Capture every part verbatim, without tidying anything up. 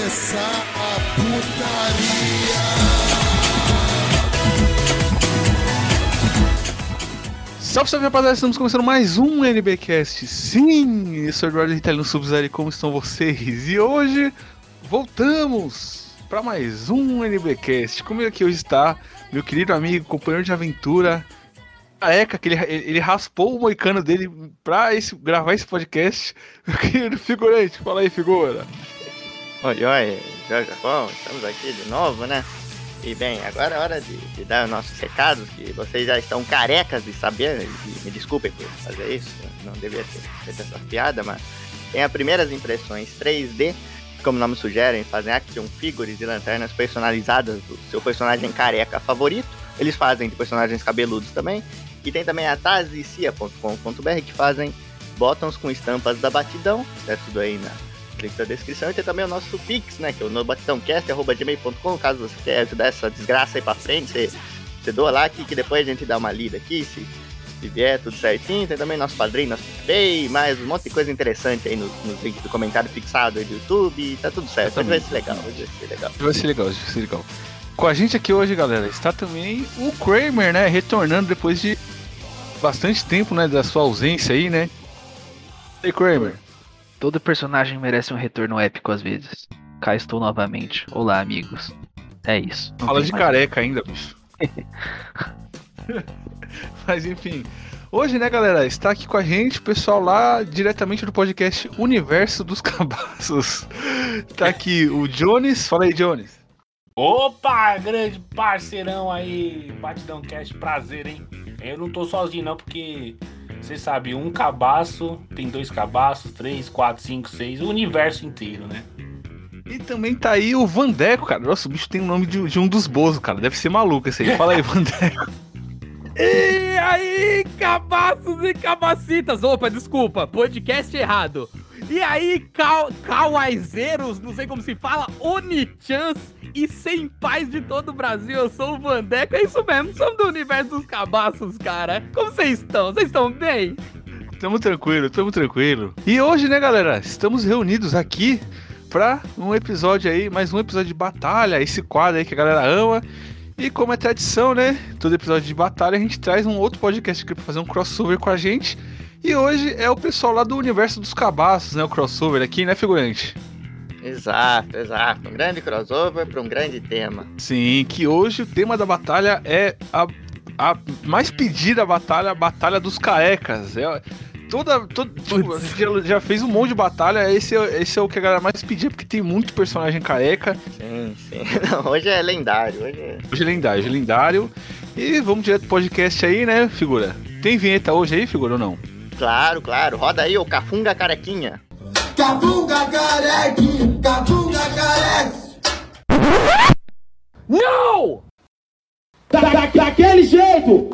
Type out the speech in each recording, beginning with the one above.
começar a putaria. Salve, salve, rapaziada, estamos começando mais um NBcast. Sim, eu sou o Eduardo Ritalino Sub-Zero, como estão vocês? E hoje voltamos para mais um NBcast. Comigo aqui hoje está meu querido amigo, companheiro de aventura, Careca, que ele, ele raspou o moicano dele pra esse, gravar esse podcast. Meu querido figurante, fala aí, figura. Oi, oi, Jorge, bom, estamos aqui de novo, né? E bem, agora é hora de, de dar os nossos recados, que vocês já estão carecas de saber, e me desculpem por fazer isso, não devia ter feito essa piada, mas tem as primeiras impressões três D, como o nome sugere, fazem action figures e lanternas personalizadas do seu personagem careca favorito. Eles fazem de personagens cabeludos também. E tem também a tazicia ponto com ponto b r que fazem botões com estampas da Batidão. É tudo aí na link da descrição. E tem também o nosso Pix, né? Que é o nobatidãocast arroba gmail ponto com. Caso você queira ajudar essa desgraça aí pra frente, você, você doa lá que, que depois a gente dá uma lida aqui. Se, se vier tudo certinho. Tem também nosso padrinho, nosso PicPay, mais um monte de coisa interessante aí nos no links do comentário fixado aí do YouTube. Tá tudo certo. Hoje vai ser legal. Hoje vai ser legal. Vai ser legal, vai ser legal. Com a gente aqui hoje, galera, está também o Kramer, né? Retornando depois de bastante tempo, né? Da sua ausência aí, né? E aí, Kramer? Todo personagem merece um retorno épico às vezes. Cá estou novamente. Olá, amigos. É isso. Não Fala de mais careca ainda, bicho. Mas enfim. Hoje, né, galera, está aqui com a gente o pessoal lá diretamente do podcast Universo dos Cabaços. Tá aqui o Jones. Fala aí, Jones. Opa, grande parceirão aí, Batidão Cast, prazer, hein? Eu não tô sozinho não, porque você sabe, um cabaço, tem dois cabaços, três, quatro, cinco, seis, o universo inteiro, né? E também tá aí o Vandeco, cara. Nossa, o bicho tem o nome de, de um dos Bozo, cara. Deve ser maluco esse aí. Fala aí, Vandeco. E aí, cabaços e cabacitas. Opa, desculpa, podcast errado. E aí, cal- kawaizeiros, não sei como se fala, Oni-chans e senpais de todo o Brasil. Eu sou o Vandeco, é isso mesmo, somos do universo dos cabaços, cara. Como vocês estão? Vocês estão bem? Tamo tranquilo, tamo tranquilo. E hoje, né, galera, estamos reunidos aqui pra um episódio aí, mais um episódio de batalha, esse quadro aí que a galera ama. E como é tradição, né, todo episódio de batalha a gente traz um outro podcast aqui pra fazer um crossover com a gente. E hoje é o pessoal lá do Universo dos Cabaços, né, o crossover aqui, né, figurante? Exato, exato. Um grande crossover para um grande tema. Sim, que hoje o tema da batalha é a, a mais pedida batalha, a Batalha dos Carecas. É, toda, toda tipo, a gente já, já fez um monte de batalha, esse, é- esse é o que a galera mais pedia, porque tem muito personagem careca. Sim, sim. Não, hoje é lendário. Hoje é... Hoje é lendário, hoje é lendário. E vamos direto pro podcast aí, né, figura? Tem vinheta hoje aí, figura, ou não? Claro, claro. Roda aí o Cafunga Carequinha. Cavunga careque, cavunga careque. Não! Da, da, daquele jeito!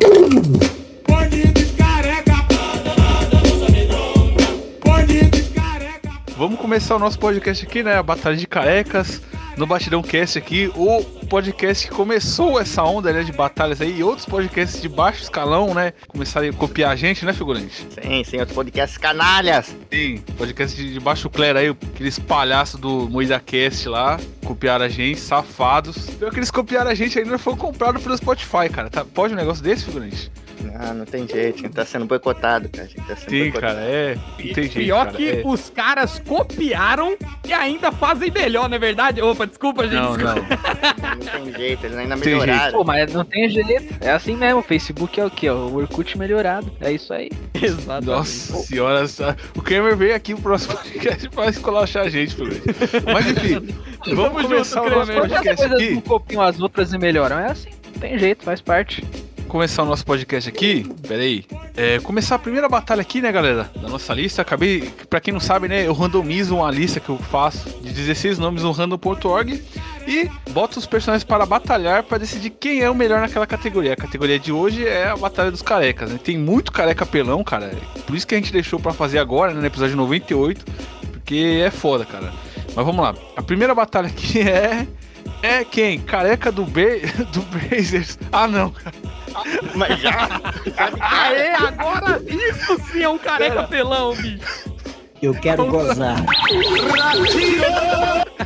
Vamos começar o nosso podcast aqui, né? A Batalha de Carecas, no Batidão Cast aqui, o podcast que começou essa onda, né, de batalhas aí, e outros podcasts de baixo escalão, né? Começaram a copiar a gente, né, figurante? Sim, sim. Outros podcasts canalhas. Sim, podcast de, de baixo clero aí, aqueles palhaços do Moída Cast lá, copiaram a gente, safados. Pior que eles copiaram a gente ainda foram comprados pelo Spotify, cara. Tá, pode um negócio desse, figurante? Não, não tem jeito. A gente tá sendo boicotado, cara. A gente tá sendo Sim, boicotado. cara, é. Não tem jeito, Pior cara, que é. os caras copiaram e ainda fazem melhor, não é verdade? Opa, desculpa, gente. Não, desculpa. não. Não tem jeito. Eles ainda Tem melhoraram. Pô, mas não tem jeito. É assim mesmo. O Facebook é o quê? O Orkut melhorado. É isso aí. Exatamente. Nossa senhora, sa- o Kramer veio aqui pro próximo podcast pra escolachar a gente, figurante. Mas enfim, vamos Tamo começar junto, o nosso Kramer. Quando as podcast coisas aqui. não copiam as outras e melhoram. É assim. Não tem jeito, faz parte. Começar o nosso podcast aqui, pera aí, é, começar a primeira batalha aqui, né, galera, da nossa lista. Acabei, pra quem não sabe, né, eu randomizo uma lista que eu faço de dezesseis nomes no random ponto org e boto os personagens para batalhar para decidir quem é o melhor naquela categoria. A categoria de hoje é a Batalha dos Carecas, né? Tem muito careca pelão, cara, por isso que a gente deixou pra fazer agora, né, no episódio noventa e oito, porque é foda, cara. Mas vamos lá, a primeira batalha aqui é... É quem? Careca do, Be... do Brazers. Ah, não, cara. Mas já. Aê, agora isso sim é um careca Pera. pelão, bicho. Eu quero gozar.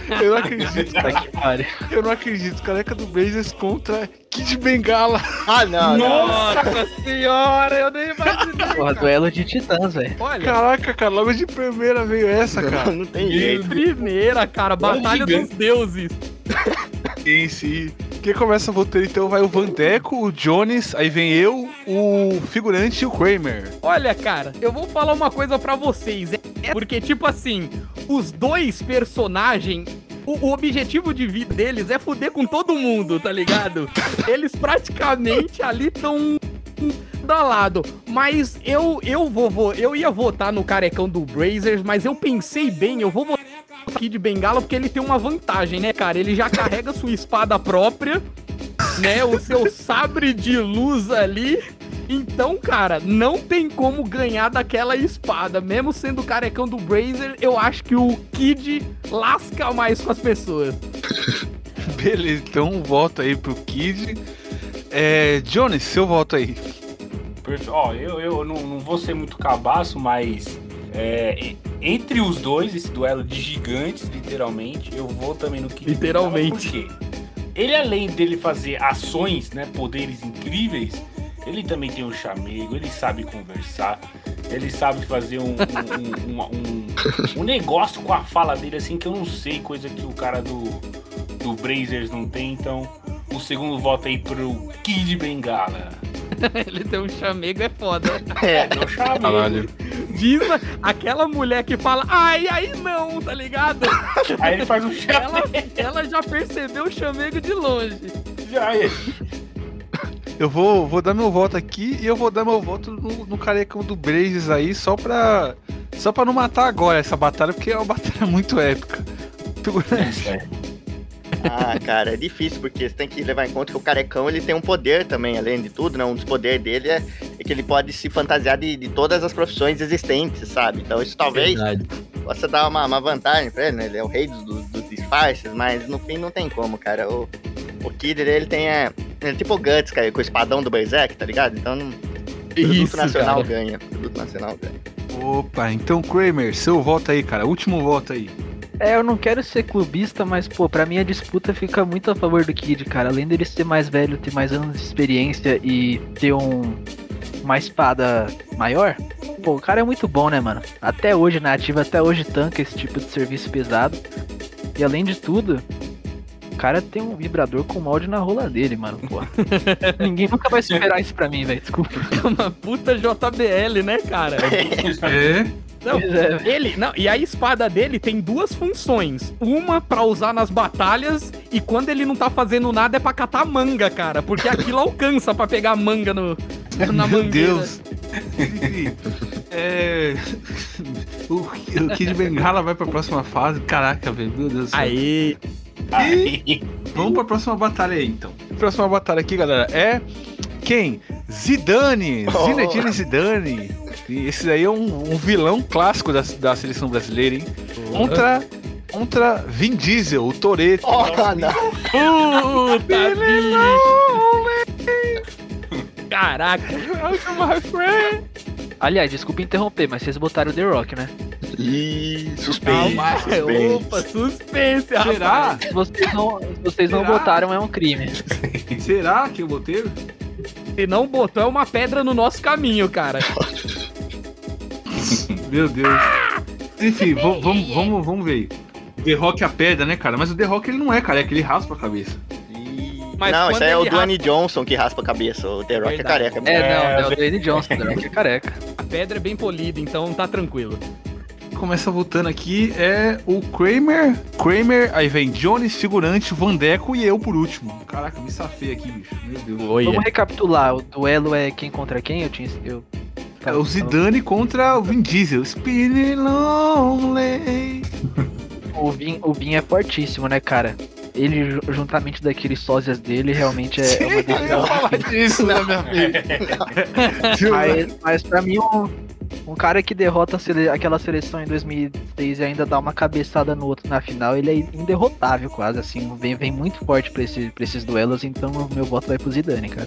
Eu não acredito, Tá cara. que pariu. Eu não acredito. Careca do Blazers contra Kid Bengala. Ah, não, não. Nossa senhora, eu nem imaginei. Porra, duelo de titãs, velho. Olha, Caraca, cara, logo de primeira veio essa, Não, cara. não tem jeito. primeira, cara, Batalha dos Deuses. Sim, sim. Quem começa a votar então vai o Vandeco, o Jones, aí vem eu, o figurante e o Kramer. Olha, cara, eu vou falar uma coisa pra vocês. É é porque, tipo assim, os dois personagens, o, o objetivo de vida deles é fuder com todo mundo, tá ligado? Eles praticamente ali estão da lado. Mas eu, eu vou, vou, eu ia votar no carecão do Blazers, mas eu pensei bem, eu vou votar no Kid Bengala porque ele tem uma vantagem, né, cara? Ele já carrega sua espada própria, né? O seu sabre de luz ali. Então, cara, não tem como ganhar daquela espada. Mesmo sendo o carecão do Brazer, eu acho que o Kid lasca mais com as pessoas. Beleza, então um voto aí pro Kid. É, Jones, seu voto aí. Perfe- Ó, eu, eu não, não vou ser muito cabaço, mas é, e- entre os dois, esse duelo de gigantes, literalmente, eu vou também no Kid Literalmente. Bengala, por quê? Ele, além dele fazer ações, né, poderes incríveis, ele também tem um chamego, ele sabe conversar, ele sabe fazer um, um, um, uma- um, um negócio com a fala dele, assim, que eu não sei, coisa que o cara do, do Blazers não tem, então o segundo voto aí pro Kid Bengala. Ele tem um chamego, é foda. É, Meu chamego. Caralho. Diz a- aquela mulher que fala, ai, aí não, tá ligado? Aí ele faz um Ela, chamego. ela já percebeu o chamego de longe. Já é. Eu vou, vou dar meu voto aqui e eu vou dar meu voto no, no carecão do Blazers aí, só pra, só pra não matar agora essa batalha, porque é uma batalha muito épica. Figurante. Ah, cara, é difícil, porque você tem que levar em conta que o carecão ele tem um poder também, além de tudo, né? Um dos poderes dele é, é que ele pode se fantasiar de, de todas as profissões existentes, sabe? Então isso talvez possa dar uma, uma vantagem pra ele, né? Ele é o rei dos, dos, dos disfarces, mas no fim não tem como, cara. O, o Kid, ele tem é, ele é tipo o Guts, cara, com o espadão do Berserk, tá ligado? Então não, o produto Isso, nacional cara. ganha, o produto nacional ganha. Opa, então Kramer, seu voto aí, cara. Último voto aí. É, eu não quero ser clubista, mas, pô, pra mim a disputa fica muito a favor do Kid, cara. Além dele ser mais velho, ter mais anos de experiência e ter um uma espada maior, pô, o cara é muito bom, né, mano? Até hoje, na ativa, até hoje tanca esse tipo de serviço pesado. E além de tudo, o cara tem um vibrador com molde na rola dele, mano, pô. Ninguém nunca vai superar isso pra mim, velho, desculpa. É uma puta J B L, né, cara? É. Não, Pois é, velho. ele, não, e a espada dele tem duas funções. Uma pra usar nas batalhas e quando ele não tá fazendo nada é pra catar manga, cara, porque aquilo alcança pra pegar manga no na Meu mangueira. Deus. Enfim, é... o, o Kid Bengala vai pra próxima fase. Caraca, velho, meu Deus do céu. Aí, Aí. Vamos pra próxima batalha aí, então. Próxima batalha aqui, galera, é quem? Zidane! Oh. Zinedine Zidane! E esse daí é um, um vilão clássico da, da seleção brasileira, hein? Contra, contra Vin Diesel, o Toretto. Oh, não. puta bicho. Caraca. My friend. Aliás, desculpa interromper, mas vocês botaram o The Rock, né? Ih, suspense. Calma, suspense. opa, suspense, Será? rapaz. Se vocês não, se vocês não Será? botaram, é um crime. Será que eu botei? Se não botou, é uma pedra no nosso caminho, cara. Meu Deus. Enfim, vamos, vamos, vamos, vamos ver. O The Rock é a pedra, né, cara? Mas o The Rock ele não é careca, ele raspa a cabeça. Mas não, quando isso aí é o ele Dwayne Johnson que raspa a cabeça. O The Rock Verdade. é careca. É, É, não, é o eu- Dwayne Johnson, The Rock é careca. A pedra é bem polida, então tá tranquilo. Começa votando aqui é o Kramer, Kramer, aí vem Jones, figurante, Vandeco e eu por último. Caraca, me safei aqui, bicho. Meu Deus. Vamos recapitular, o duelo é quem contra quem? Eu tinha... Eu... É o Zidane contra o Vin Diesel. Spinning lonely. O Vin, o Vin é fortíssimo, né, cara? Ele, ju- juntamente daqueles sósias dele, realmente é, é uma Eu ia decisão. falar disso na minha vida. Mas, mas pra mim, um, um cara que derrota a sele- aquela seleção em dois mil e seis e ainda dá uma cabeçada no outro na final, ele é inderrotável quase, assim. Vem, vem muito forte pra, esse, pra esses duelos, então o meu voto vai pro Zidane, cara.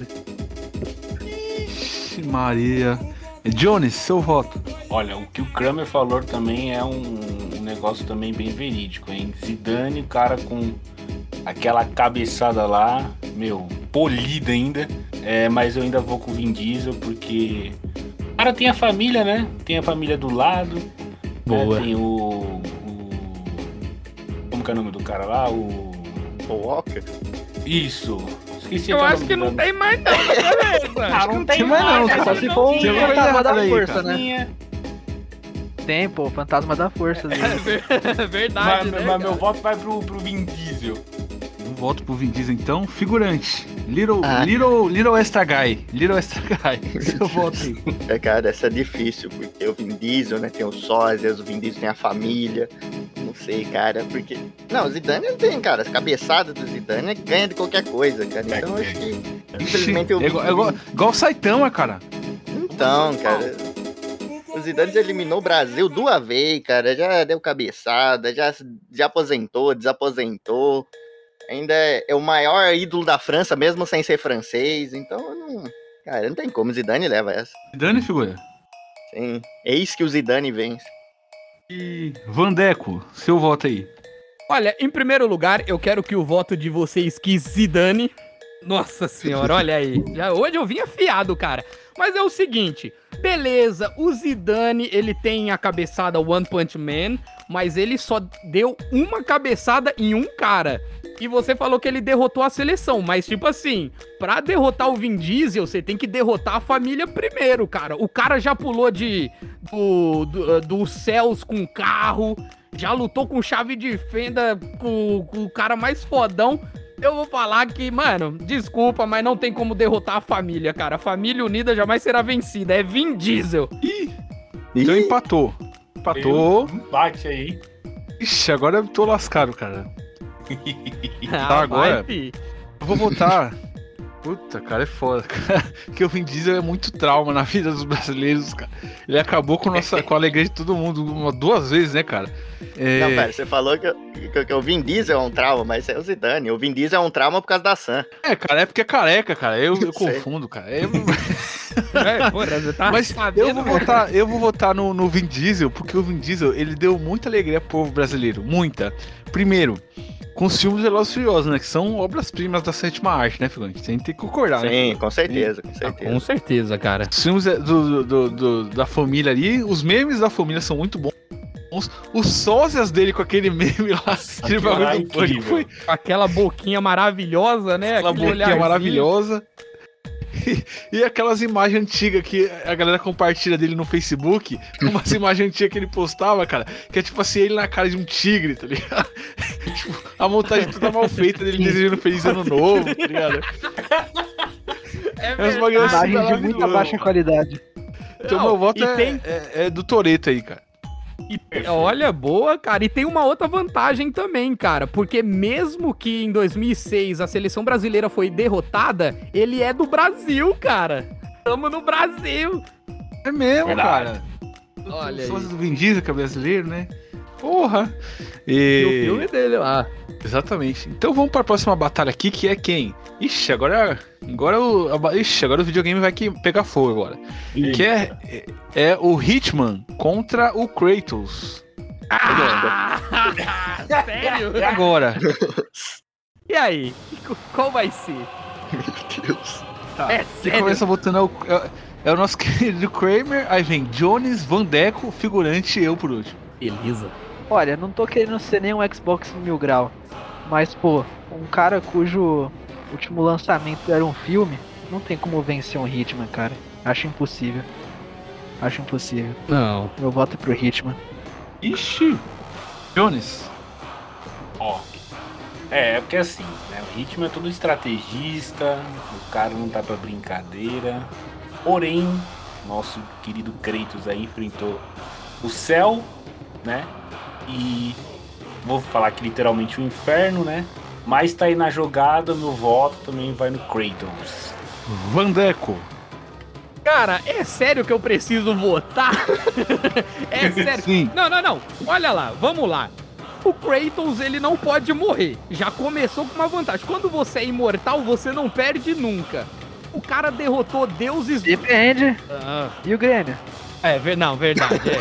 Ixi, Maria. Jones, seu voto. Olha, o que o Kramer falou também é um, um negócio também bem verídico, hein? Zidane, o cara com aquela cabeçada lá, meu, polida ainda. É, mas eu ainda vou com o Vin Diesel, porque o cara tem a família, né? Tem a família do lado. Boa. Né? Tem o, o... Como que é o nome do cara lá? O... O Walker. Isso. Esqueci Eu até o acho nome que do não nome. tem mais não, beleza. Ah, não tem mais não, cara, só se for um tinha. fantasma da aí, força, cara. né? Tinha. Tem, pô, fantasma da força. dele. É ver- verdade, Mas, né, mas cara? meu voto vai pro, pro Vin Diesel. Um voto pro Vin Diesel, então. Figurante. Little, Ah. little, little Extra Guy. Little Extra Guy. Seu voto aí. É, cara, essa é difícil, porque o Vin Diesel, né, tem os sósias, o Vin Diesel tem a família. Não sei, cara, porque... Não, o Zidane ele tem, cara, as cabeçadas do Zidane ganha de qualquer coisa, cara. Então eu acho que, Ixi, infelizmente, eu... é igual, é igual, igual o Saitama, cara. Então, cara... O Zidane já eliminou o Brasil duas vezes, cara. Já deu cabeçada, já, já aposentou, desaposentou. Ainda é, é o maior ídolo da França, mesmo sem ser francês. Então, eu não... Cara, não tem como. O Zidane leva essa. Zidane, figura. Sim. Eis que o Zidane vence. E Vandeco, seu voto aí. Olha, em primeiro lugar, eu quero que o voto de vocês que Zidane... Nossa senhora, olha aí. Já, hoje eu vim afiado, cara. Mas é o seguinte, beleza, o Zidane, ele tem a cabeçada One Punch Man, mas ele só deu uma cabeçada em um cara. E você falou que ele derrotou a seleção, mas tipo assim, pra derrotar o Vin Diesel, você tem que derrotar a família primeiro, cara. O cara já pulou de do, do, dos céus com carro, já lutou com chave de fenda com, com o cara mais fodão. Eu vou falar que, mano, desculpa, mas não tem como derrotar a família, cara. A família unida jamais será vencida. É Vin Diesel. Então empatou. Empatou. Bate aí. Ixi, agora eu tô lascado, cara. Ah, agora- vai, fi. Eu vou votar. Puta, cara, é foda, cara. Porque o Vin Diesel é muito trauma na vida dos brasileiros, cara. Ele acabou com, nossa, com a alegria de todo mundo uma, duas vezes, né, cara? É... Não, pera, você falou que, que, que o Vin Diesel é um trauma, mas é o Zidane. O Vin Diesel é um trauma por causa da Sam. é, cara, é porque é careca, cara. Eu, eu Sei. confundo, cara. Eu- É, porra, você tá Mas sabendo, eu vou né? votar, eu vou votar no, no Vin Diesel, porque o Vin Diesel, ele deu muita alegria pro povo brasileiro. Muita. Primeiro, com os filmes Velozes e Furiosos, né? Que são obras-primas da sétima arte, né, Figante? A gente tem que concordar, né? Sim, com certeza, com Ah, certeza. com certeza, cara. Os filmes é, do, do- do- da família ali, os memes da família são muito bons. Os sósias dele com aquele meme lá, aquele aquilo bagulho lá é do pânico, incrível. foi Com aquela boquinha maravilhosa, né? aquela Aquele boquinha olharzinho. maravilhosa. E, e aquelas imagens antigas que a galera compartilha dele no Facebook, umas imagens antigas que ele postava, cara, que é tipo assim, ele na cara de um tigre, tá ligado? Tipo, a montagem toda mal feita dele desejando feliz ano novo, tá ligado? É É uns bagulho assim, Imagem de maravilhoso. muita baixa qualidade. Então Não, meu voto e é, tem- é, é do Toretto aí, cara. E, olha, boa, cara. E tem uma outra vantagem também, cara. Porque mesmo que em dois mil e seis a seleção brasileira foi derrotada, ele é do Brasil, cara. Tamo no Brasil. É mesmo, Verdade. cara. Olha Os sócios aí. do Vin Diesel, que é brasileiro, né? Porra! E o E... filme dele lá. Exatamente. Então vamos para a próxima batalha aqui, que é quem? Ixi, agora, agora, o, a ba- ixi, agora o videogame vai que, pegar fogo agora. Que é, é, é o Hitman contra o Kratos. Ah, sério? Agora. E aí? Qual vai ser? Meu Deus. Tá. É Quem sério? começa votando é o, é, é o nosso querido Kramer, aí vem Jones, Vandeco, figurante e eu por último. Beleza. Olha, não tô querendo ser nem um Xbox mil grau, mas pô, um cara cujo último lançamento era um filme, não tem como vencer um Hitman, cara. Acho impossível. Acho impossível. Não. Eu voto pro Hitman. Ixi. Jones. Ó. É, é porque assim, né? O Ritmo é todo estrategista, o cara não tá pra brincadeira. Porém, nosso querido Kratos aí enfrentou o céu, né? E vou falar que literalmente o inferno, né? Mas tá aí na jogada, meu voto também vai no Kratos. Vandeco. Cara, é sério que eu preciso votar? É sério. Sim. Não, não, não. Olha lá, vamos lá. O Kratos, ele não pode morrer. Já começou com uma vantagem. Quando você é imortal, você não perde nunca. O cara derrotou deuses... Depende. Ah, E o Grêmio? é, ver- não, verdade, é.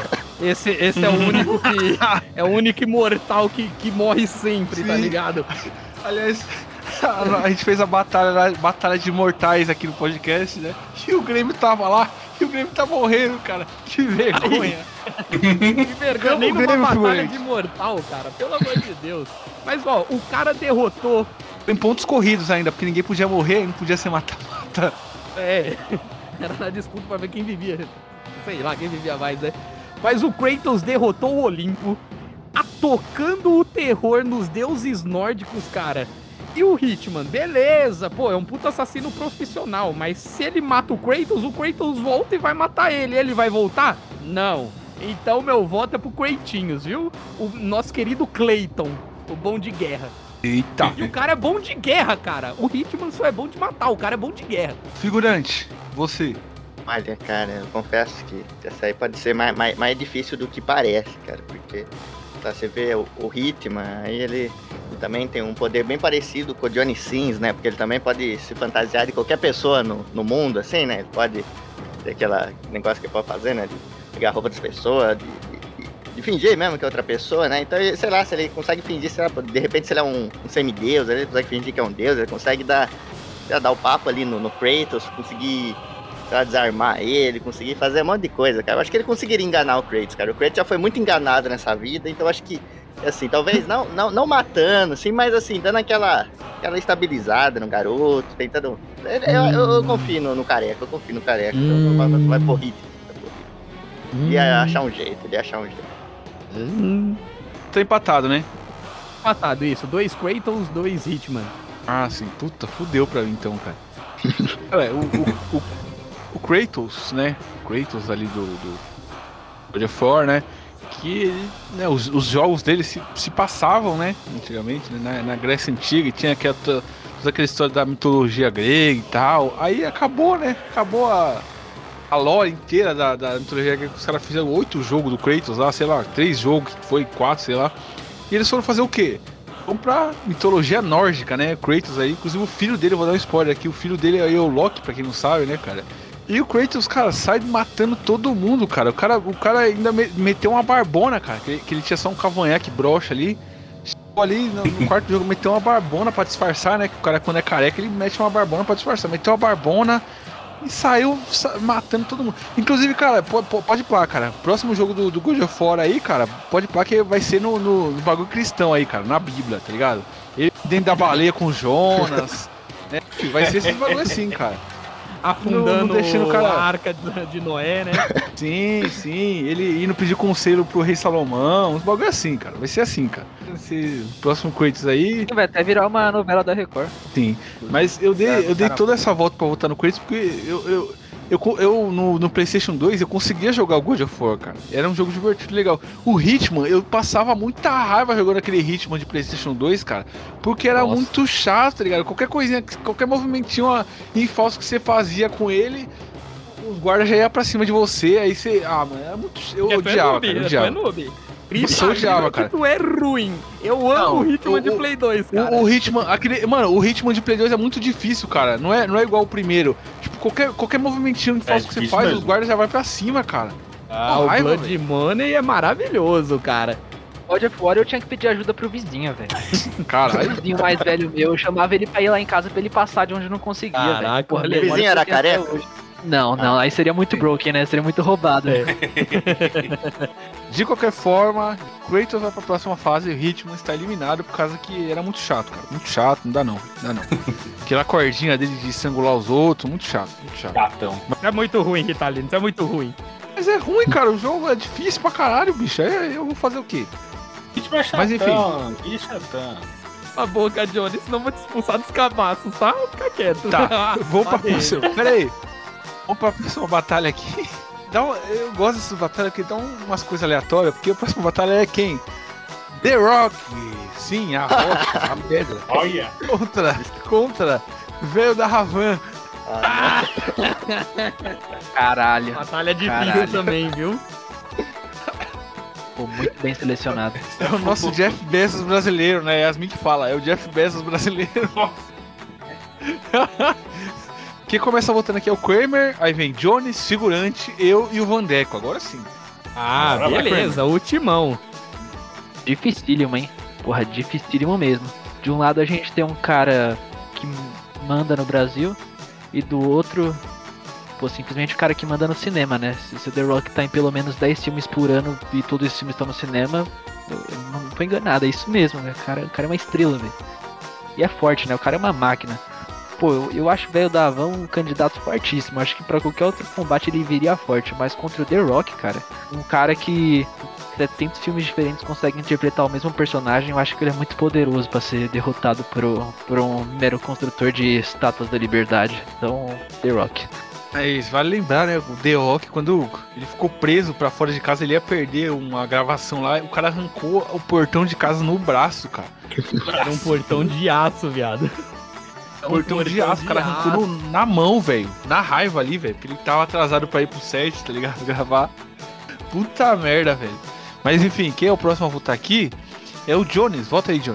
Esse, esse é o único que. É o único imortal que, que morre sempre, tá Sim. ligado? Aliás, a gente fez a batalha, a batalha de mortais aqui no podcast, né? E o Grêmio tava lá, e o Grêmio tá morrendo, cara. Que vergonha. Que vergonha, nem O numa Grêmio, batalha figurante. de mortal, cara. Pelo amor de Deus. Mas, ó, o cara derrotou. Tem pontos corridos ainda, porque ninguém podia morrer, não podia ser mata-mata. É. Era na disputa pra ver quem vivia. Sei lá, quem vivia mais, né? Mas o Kratos derrotou o Olimpo, atocando o terror nos deuses nórdicos, cara. E o Hitman, beleza, pô, é um puta assassino profissional, mas se ele mata o Kratos, o Kratos volta e vai matar ele. Ele vai voltar? Não. Então meu voto é pro Kratinhos, viu? O nosso querido Clayton, o bom de guerra. Eita. E o cara é bom de guerra, cara. O Hitman só é bom de matar, o cara é bom de guerra. Figurante, você. Olha, cara, eu confesso que essa aí pode ser mais, mais, mais difícil do que parece, cara, porque tá, você vê o, o Hitman, aí ele, ele também tem um poder bem parecido com o Johnny Sins, né, porque ele também pode se fantasiar de qualquer pessoa no, no mundo, assim, né, ele pode ter aquele negócio que ele pode fazer, né, de pegar a roupa das pessoas, de, de, de fingir mesmo que é outra pessoa, né, então, sei lá, se ele consegue fingir, sei lá, de repente se ele é um, um semideus, ele consegue fingir que é um deus, ele consegue dar, sei lá, dar o papo ali no, no Kratos, conseguir... Pra desarmar ele, conseguir fazer um monte de coisa, cara. Eu acho que ele conseguiria enganar o Kratos, cara. O Kratos já foi muito enganado nessa vida, então eu acho que, assim, talvez não, não, não matando, assim, mas assim, dando aquela, aquela estabilizada no garoto, tentando... Eu, eu, eu confio no, no careca, eu confio no careca, então vai, vai por ritmo. Ele ia achar um jeito, ele ia achar um jeito. Tá empatado, né? Empatado, isso. Dois Kratos, dois Hitman. Ah, sim. Puta, fudeu pra mim então, cara. Cara, o, o, o, o Kratos, né? O Kratos ali do, do God of War, né? Que ele, né, os, os jogos dele se, se passavam, né? Antigamente, né, na, na Grécia Antiga, e tinha aquela, toda aquela história da mitologia grega e tal. Aí acabou, né? Acabou a, a lore inteira da, da mitologia grega. Os caras fizeram oito jogos do Kratos lá, sei lá, três jogos, foi quatro, sei lá. E eles foram fazer o quê? Vamos pra mitologia nórdica, né? Kratos aí, inclusive o filho dele, eu vou dar um spoiler aqui, o filho dele é o Loki, pra quem não sabe, né, cara? E o Kratos, cara, sai matando todo mundo, cara. O cara, o cara ainda me, meteu uma barbona, cara, que, que ele tinha só um cavanhaque broxa ali. Chegou ali no, no quarto jogo, meteu uma barbona pra disfarçar, né? Que o cara, quando é careca, ele mete uma barbona pra disfarçar. Meteu uma barbona e saiu sa- matando todo mundo. Inclusive, cara, pode, pode ir lá, cara. Próximo jogo do, do God of War aí, cara, pode ir lá que vai ser no, no, no bagulho cristão aí, cara, na Bíblia, tá ligado? Ele dentro da baleia com Jonas, né? Vai ser esses bagulho assim, cara. Afundando Não- não deixando o cara- a arca de de Noé, né? Sim, sim. Ele indo pedir conselho pro rei Salomão, uns bagulho assim, cara. Vai ser assim, cara. Esse próximo Kratos aí, Vai até virar uma novela da Record. sim. Mas eu dei, eu dei toda essa volta pra votar no Kratos porque eu, eu, eu, co- eu no, no PlayStation dois eu conseguia jogar o God of War, cara. Era um jogo divertido, legal. O Hitman, eu passava muita raiva jogando aquele Hitman de PlayStation dois, cara. Porque era Nossa. muito chato, tá ligado? Qualquer coisinha, qualquer movimentinho ó, em falso que você fazia com ele, os guardas já iam pra cima de você, aí você. Ah, mano, era muito. Eu Porque tu é odiava, noob, cara. Eu tu é odiava. noob. Isso eu odiava, cara. Tu é ruim. Eu amo Não, o Hitman o- de o- Play dois, cara. O, o Hitman, aquele, mano, o Hitman de Play dois é muito difícil, cara. Não é, não é igual o primeiro. Tipo, qualquer, qualquer movimentinho que, falso que você difícil faz, mesmo. os guardas já vai pra cima, cara. Ah, Pô, o raiva, Blood Money é maravilhoso, cara. God of War eu tinha que pedir ajuda pro vizinho, velho. O Caralho. vizinho mais velho meu, eu chamava ele pra ir lá em casa pra ele passar de onde eu não conseguia, velho. Caraca, Porra, o memória vizinho que eu era tenho até careca? hoje. Não, não, aí seria muito broken, né? Seria muito roubado. É. De qualquer forma, Kratos vai pra próxima fase e o Hitman está eliminado por causa que era muito chato, cara. Muito chato, não dá não. Não dá não. Aquela cordinha dele de estrangular os outros, muito chato, muito chato. Gatão. Isso é muito ruim, Ritalino, isso é muito ruim. Mas é ruim, cara. O jogo é difícil pra caralho, bicho. É, eu vou fazer o quê? Ritmo é Mas enfim. chatão. Que chatão. A boca, Johnny, senão eu vou te expulsar dos cabaços, tá? Fica quieto. Tá, vamos pra Cadê? próxima. Pera aí. Vamos pra próxima batalha aqui. Dá um- eu gosto dessas batalhas porque dão umas coisas aleatórias, porque a próxima batalha é quem? The Rock. Sim, a Rock, a pedra. Olha. Contra, contra, velho da Ravan. Ah, Caralho. Batalha difícil Caralho. também, viu? Pô, muito bem selecionado. É o nosso Jeff Bezos brasileiro, né? Yasmin que fala, é o Jeff Bezos brasileiro. Quem começa votando aqui é o Kramer, aí vem Jones, figurante, eu e o Vandeco. Agora sim. Ah, Agora vai, beleza, o Timão. Dificílimo, hein? Porra, dificílimo mesmo. De um lado a gente tem um cara que manda no Brasil e do outro, pô, simplesmente o cara que manda no cinema, né? Se, se o The Rock tá em pelo menos dez filmes por ano e todos esses filmes estão no cinema, eu, eu não tô enganado, é isso mesmo, né? O cara, o cara é uma estrela, velho. E é forte, né? O cara é uma máquina. Pô, eu, eu acho o velho da Havan um candidato fortíssimo. Acho que pra qualquer outro combate ele viria forte. Mas contra o The Rock, cara, um cara que setecentos filmes diferentes consegue interpretar o mesmo personagem, eu acho que ele é muito poderoso pra ser derrotado por, o- por um mero construtor de estátuas da liberdade. Então, The Rock. É isso, vale lembrar, né? O The Rock, quando ele ficou preso pra fora de casa, ele ia perder uma gravação lá. O cara arrancou o portão de casa no braço, cara. Era um portão de aço, viado. É um Portão de aço, o cara arrancou no- na mão, velho. Na raiva ali, velho. Porque ele tava atrasado pra ir pro set, tá ligado? Gravar. Puta merda, velho. Mas enfim, quem é o próximo a votar aqui é o Jones. Vota aí, Jones.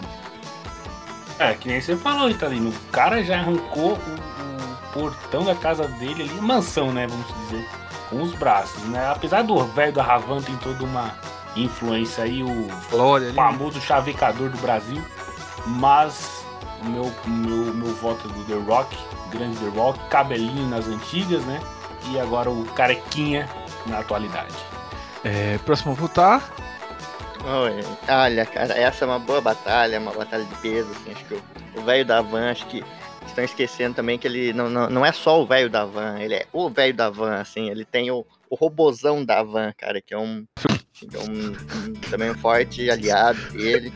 É, que nem você falou, Italino. O cara já arrancou o, o portão da casa dele ali, mansão, né? Vamos dizer. Com os braços, né? Apesar do velho da Havan tem toda uma influência aí, o Glória ali. famoso chavecador do Brasil. Mas o meu, o meu, meu voto é do The Rock, grande The Rock, cabelinho nas antigas, né? E agora o carequinha na atualidade. É, próximo a votar. Oi. Olha, cara, essa é uma boa batalha, uma batalha de peso, assim, acho que o- o velho da van, acho que estão esquecendo também que ele não, não, não é só o velho da van, ele é o velho da van, assim, ele tem o, o robozão da van, cara, que é um, que é um, um- também um forte aliado dele.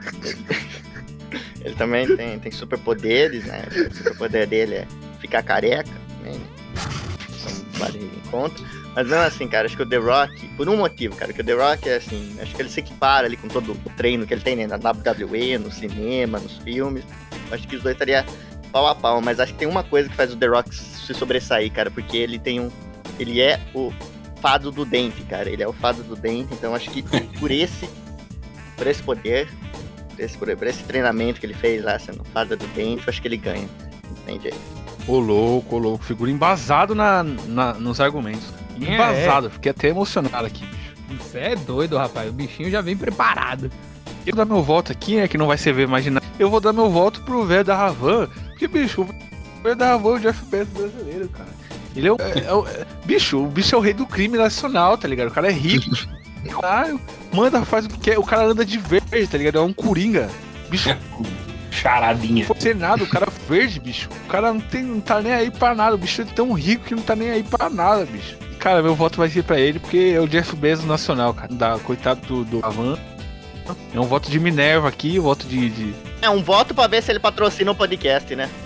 Ele, ele também tem, tem superpoderes, né, o superpoder dele é ficar careca, também, então vale em conta. Mas não assim, cara, acho que o The Rock, por um motivo, cara, que o The Rock é assim, acho que ele se equipara ali com todo o treino que ele tem, né, na W W E, no cinema, nos filmes. Acho que os dois estariam pau a pau, mas acho que tem uma coisa que faz o The Rock se sobressair, cara, porque ele tem um. Ele é o fado do dente, cara. Ele é o fado do dente, então acho que por esse. Por esse poder, por esse, por esse treinamento que ele fez lá, sendo fada do dente, eu acho que ele ganha. Não tem jeito. Ô louco, ô louco. Figura embasado na, na- nos argumentos. É, Embasado. Fiquei até emocionado aqui, bicho. Isso é doido, rapaz. O bichinho já vem preparado. Eu vou dar meu voto aqui, né? Que não vai ser ver mais de nada. Eu vou dar meu voto pro velho da Havan. Porque, bicho, o velho da Havan é o Jeff Bezos brasileiro, cara. Ele é o, é- é o- é- bicho, o bicho é o rei do crime nacional, tá ligado? O cara é rico. Caralho, manda, faz o que quer. O cara anda de verde, tá ligado? É um coringa. Bicho, Charadinha. não ser nada, o cara é verde, bicho. O cara não, tem, não tá nem aí pra nada. O bicho é tão rico que não tá nem aí pra nada, bicho. Cara, meu voto vai ser pra ele porque é o Jeff Bezos nacional, cara. Da, coitado do, do Havan. É um voto de Minerva aqui, um voto de. de... É um voto pra ver se ele patrocina o podcast, né?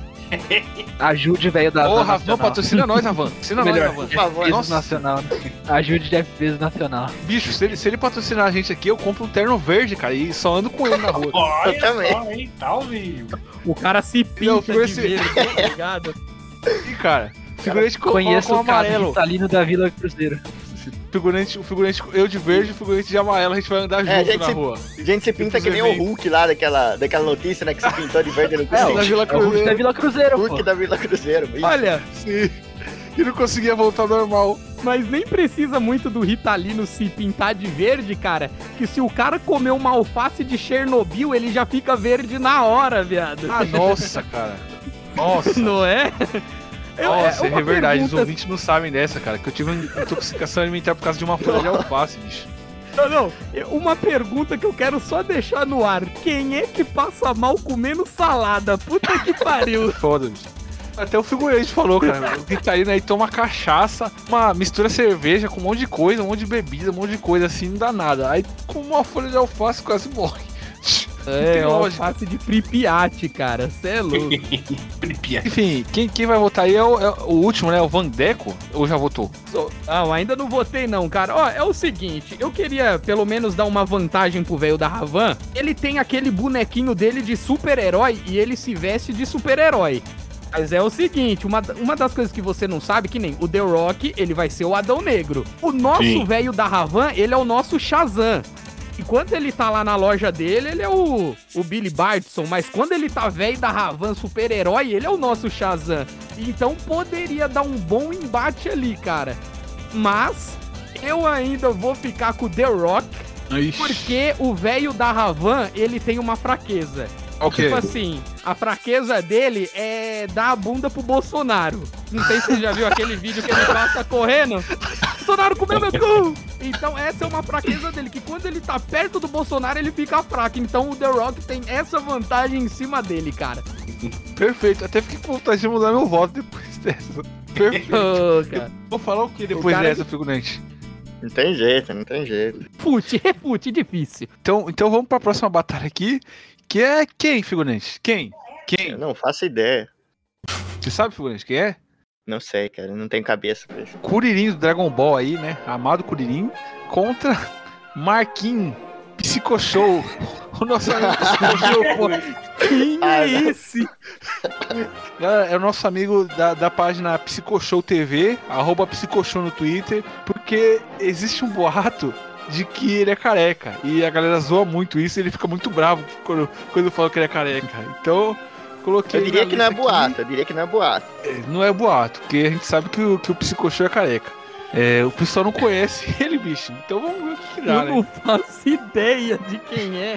Ajude o velho da Ô, Havan Ravan, nacional. patrocina nós, Ravan. Patrocina nós, Melhor, Ravan. Por favor. Bezos Nossa. nacional. Ajude Jeff Bezos nacional. Bicho, se ele, se ele patrocinar a gente aqui, eu compro um terno verde, cara, e só ando com ele na rua. Olha Eu também. só, hein? Tá ao vivo. O cara se Não, pinta foi de esse- verde, tá ligado? E, cara, figurante com, Conheço com o caso amarelo. Vitalino da Vila Cruzeiro. Figurante, o figurante, eu de verde e o figurante de amarelo, a gente vai andar junto É, gente, na se- rua. A gente se pinta que nem o Hulk lá daquela, daquela notícia, né? Que se pintou de verde no É, Da o, Hulk Vila é o Hulk Cruzeiro. da Vila Cruzeiro, Hulk pô. da Vila Cruzeiro. Isso. Olha, Sim. E não conseguia voltar ao normal. mas nem precisa muito do Ritalino se pintar de verde, cara. Que se o cara comer uma alface de Chernobyl, ele já fica verde na hora, viado. Ah, nossa, cara. Nossa. Não é? Eu- Nossa, é, uma verdade, os pergunta- ouvintes não sabem dessa, cara. Que eu tive uma intoxicação alimentar por causa de uma folha de alface, bicho. Não, não. Uma pergunta que eu quero só deixar no ar. Quem é que passa mal comendo salada? Puta que pariu. Foda, bicho. Até o figurante falou, cara. O Vitalino aí toma cachaça, uma mistura cerveja com um monte de coisa, um monte de bebida, um monte de coisa assim, não dá nada. Aí com uma folha de alface quase morre. É, tem uma lógica. alface de Pripyat, cara. Cê é louco. Pripyat. Enfim, quem, quem vai votar aí é o, é o último, né? O Vandeco? Ou já votou? Sou- Não, ainda não votei não, cara. Ó, é o seguinte, eu queria pelo menos dar uma vantagem pro velho da Havan. Ele tem aquele bonequinho dele de super-herói e ele se veste de super-herói. Mas é o seguinte, uma, uma das coisas que você não sabe, que nem o The Rock, ele vai ser o Adão Negro. O nosso Sim. velho da Havan, ele é o nosso Shazam. Enquanto ele tá lá na loja dele, ele é o, o Billy Bartson, mas quando ele tá velho da Havan super-herói, ele é o nosso Shazam. Então poderia dar um bom embate ali, cara. Mas Eu ainda vou ficar com o The Rock, Ixi. porque o velho da Havan, ele tem uma fraqueza. Ok. Tipo assim, a fraqueza dele é dar a bunda pro Bolsonaro. Não sei se você já viu aquele vídeo que ele passa correndo. Bolsonaro comeu meu cu! Então essa é uma fraqueza dele, que quando ele tá perto do Bolsonaro, ele fica fraco. Então o The Rock tem essa vantagem em cima dele, cara. Perfeito. Até fiquei com vontade de mudar meu voto depois dessa. Perfeito. Ô, cara. Vou falar o que depois O cara- dessa, figurante? Não tem jeito, não tem jeito. Fute, refute, difícil. Então, então vamos pra próxima batalha aqui, que é quem, figurante? Quem? Quem? Eu não faço ideia. Você sabe, figurante, quem é? Não sei, cara. Eu não tenho cabeça pra isso. Kuririn do Dragon Ball aí, né? Amado Kuririn contra Marquinhos Psico Show. O nosso amigo Psico Show, pô. Quem Ah, é não. esse? Galera, é o nosso amigo da, da página Psico Show T V, arroba Psico Show no Twitter, porque existe um boato de que ele é careca. E a galera zoa muito isso e ele fica muito bravo quando, quando fala que ele é careca. Então, coloquei. Eu diria na que não é lista aqui. boato, eu diria que não é boato. Não é boato, porque a gente sabe que o, que o Psico Show é careca. É, o pessoal não conhece ele, bicho. Então vamos ver o que, que dá, Eu né? não faço ideia de quem é.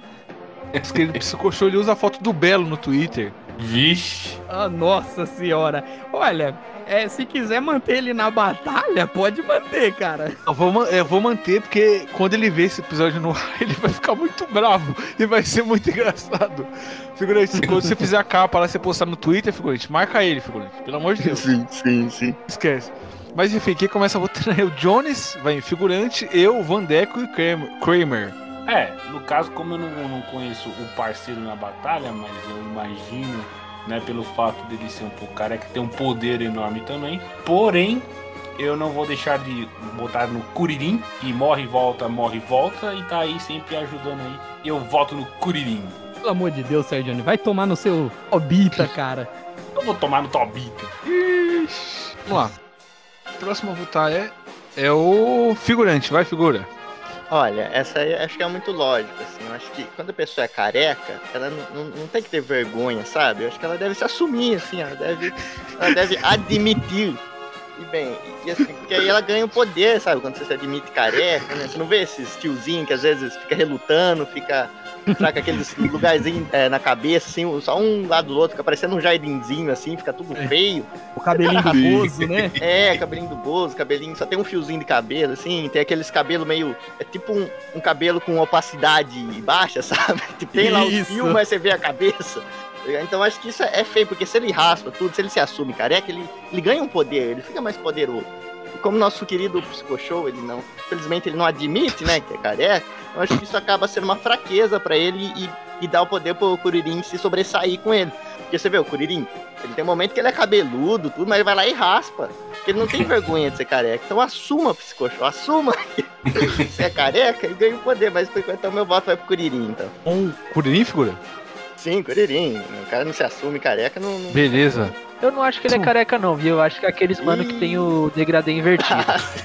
Diz que ele, Psico Show, ele usa a foto do Belo no Twitter. Vixe. Ah, nossa senhora. Olha, é, se quiser manter ele na batalha, pode manter, cara. Eu vou, ma- eu vou manter, porque quando ele ver esse episódio no ar, ele vai ficar muito bravo e vai ser muito engraçado. Figurante, quando você fizer a capa lá, você postar no Twitter, figurante, marca ele, figurante. Pelo amor de Deus, Sim, sim, sim. esquece. Mas enfim, quem começa votando é o Jones, vai em figurante, eu, Vandeco e Kramer. Kramer. É, no caso, como eu não, não conheço o parceiro na batalha, mas eu imagino, né, pelo fato dele ser um pouco careca, tem um poder enorme também. Porém, eu não vou deixar de botar no Kuririn, e morre, volta, morre, volta, e tá aí sempre ajudando aí. Eu voto no Kuririn. Pelo amor de Deus, Sérgio, vai tomar no seu Obita, cara. Eu vou tomar no Tobita. Ixi. Vamos lá. O próximo a votar é, é o figurante, vai, figura. Olha, essa aí acho que é muito lógico, assim. Eu acho que quando a pessoa é careca, ela não, não, não tem que ter vergonha, sabe? Eu acho que ela deve se assumir, assim, ela deve, ela deve admitir. E bem, e assim, porque aí ela ganha o poder, sabe? Quando você se admite careca, né? Você não vê esses tiozinhos que às vezes fica relutando, fica, sabe, com aqueles lugarzinhos é, na cabeça, assim, só um lado do outro, fica parecendo um jardinzinho, assim, fica tudo feio. O cabelinho do Bozo, né? É, cabelinho do Bozo, cabelinho, só tem um fiozinho de cabelo, assim, tem aqueles cabelos meio, é tipo um, um cabelo com opacidade baixa, sabe? Tipo, tem lá o Isso. fio, mas você vê a cabeça. Então acho que isso é feio, porque se ele raspa tudo, se ele se assume careca, ele, ele ganha um poder, ele fica mais poderoso. E como nosso querido Psico Show, ele não, infelizmente ele não admite, né, que é careca, eu acho que isso acaba sendo uma fraqueza pra ele e, e dá o poder pro Kuririn se sobressair com ele. Porque você vê, o Kuririn, ele tem um momento que ele é cabeludo, tudo, mas ele vai lá e raspa. Porque ele não tem vergonha de ser careca. Então assuma, Psico Show, assuma que você é careca e ganha o poder. Mas por enquanto, então, meu voto vai pro Kuririn, então. Um Kuririn, figura? Sim, Kuririn. O cara não se assume careca, não... não... Beleza. Eu não acho que ele é careca, não, viu? Eu acho que é aqueles mano que tem o degradê invertido.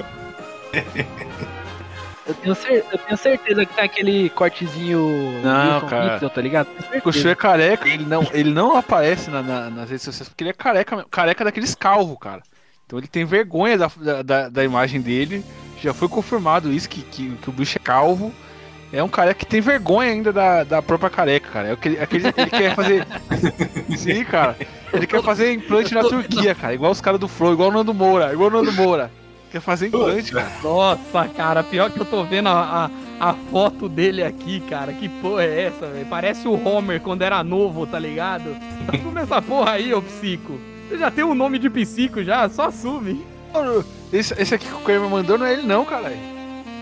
Eu tenho, cer- eu tenho certeza que tem aquele cortezinho Não, Wilson cara. Pixel, tá ligado? Tenho O Show certeza. é careca, ele não, ele não aparece na- na- nas redes sociais porque ele é careca, mesmo, careca daqueles calvos, cara. Então ele tem vergonha da, da- da, da imagem dele. Já foi confirmado isso, que, que, que o bicho é calvo. É um careca que tem vergonha ainda da, da própria careca, cara. É aquele, aquele ele quer fazer. Sim, cara. Ele quer fazer implante na Turquia, cara. Igual os caras do Flow, igual o Nando Moura, igual o Nando Moura. Quer fazer implante, cara. Nossa, cara, pior que eu tô vendo a, a, a foto dele aqui, cara. Que porra é essa, velho? Parece o Homer quando era novo, tá ligado? Assume essa porra aí, ô Psico. Você já tem o nome de Psico já, só assume. Mano, Esse, esse aqui que o Kramer mandou não é ele não, caralho.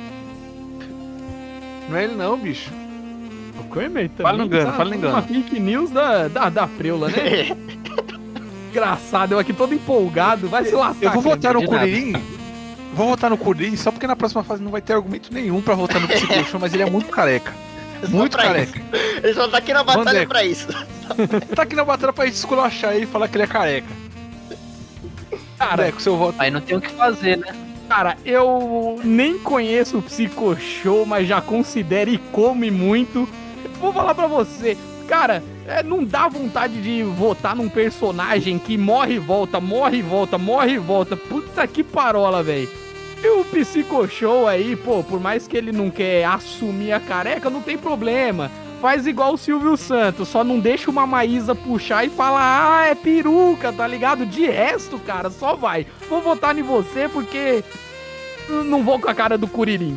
Não é ele não, bicho. O Kramer também Fala no engano, tá fala no engano. uma fake news da, da, da Preula, né? Engraçado, eu aqui todo empolgado. Vai se lascar, Eu vou Kramer, votar no de nada. Kuririn. Vou votar no Kuririn só porque na próxima fase não vai ter argumento nenhum pra votar no Psico Show, mas ele é muito careca. Muito pra careca. Ele só tá aqui na batalha Vandeco. pra isso. Tá aqui na batalha pra gente esculachar ele e falar que ele é careca. Cara, Deco, seu voto. Aí não tem o que fazer, né? Cara, eu nem conheço o Psico Show, mas já considero e come muito. Vou falar pra você, cara, é, não dá vontade de votar num personagem que morre e volta, morre e volta, morre e volta. Puta que parola, velho. E o Psico Show aí, pô, por mais que ele não quer assumir a careca, não tem problema. Faz igual o Silvio Santos, só não deixa uma Maísa puxar e falar, ah, é peruca, tá ligado? De resto, cara, só vai. Vou votar em você porque não vou com a cara do Curirim.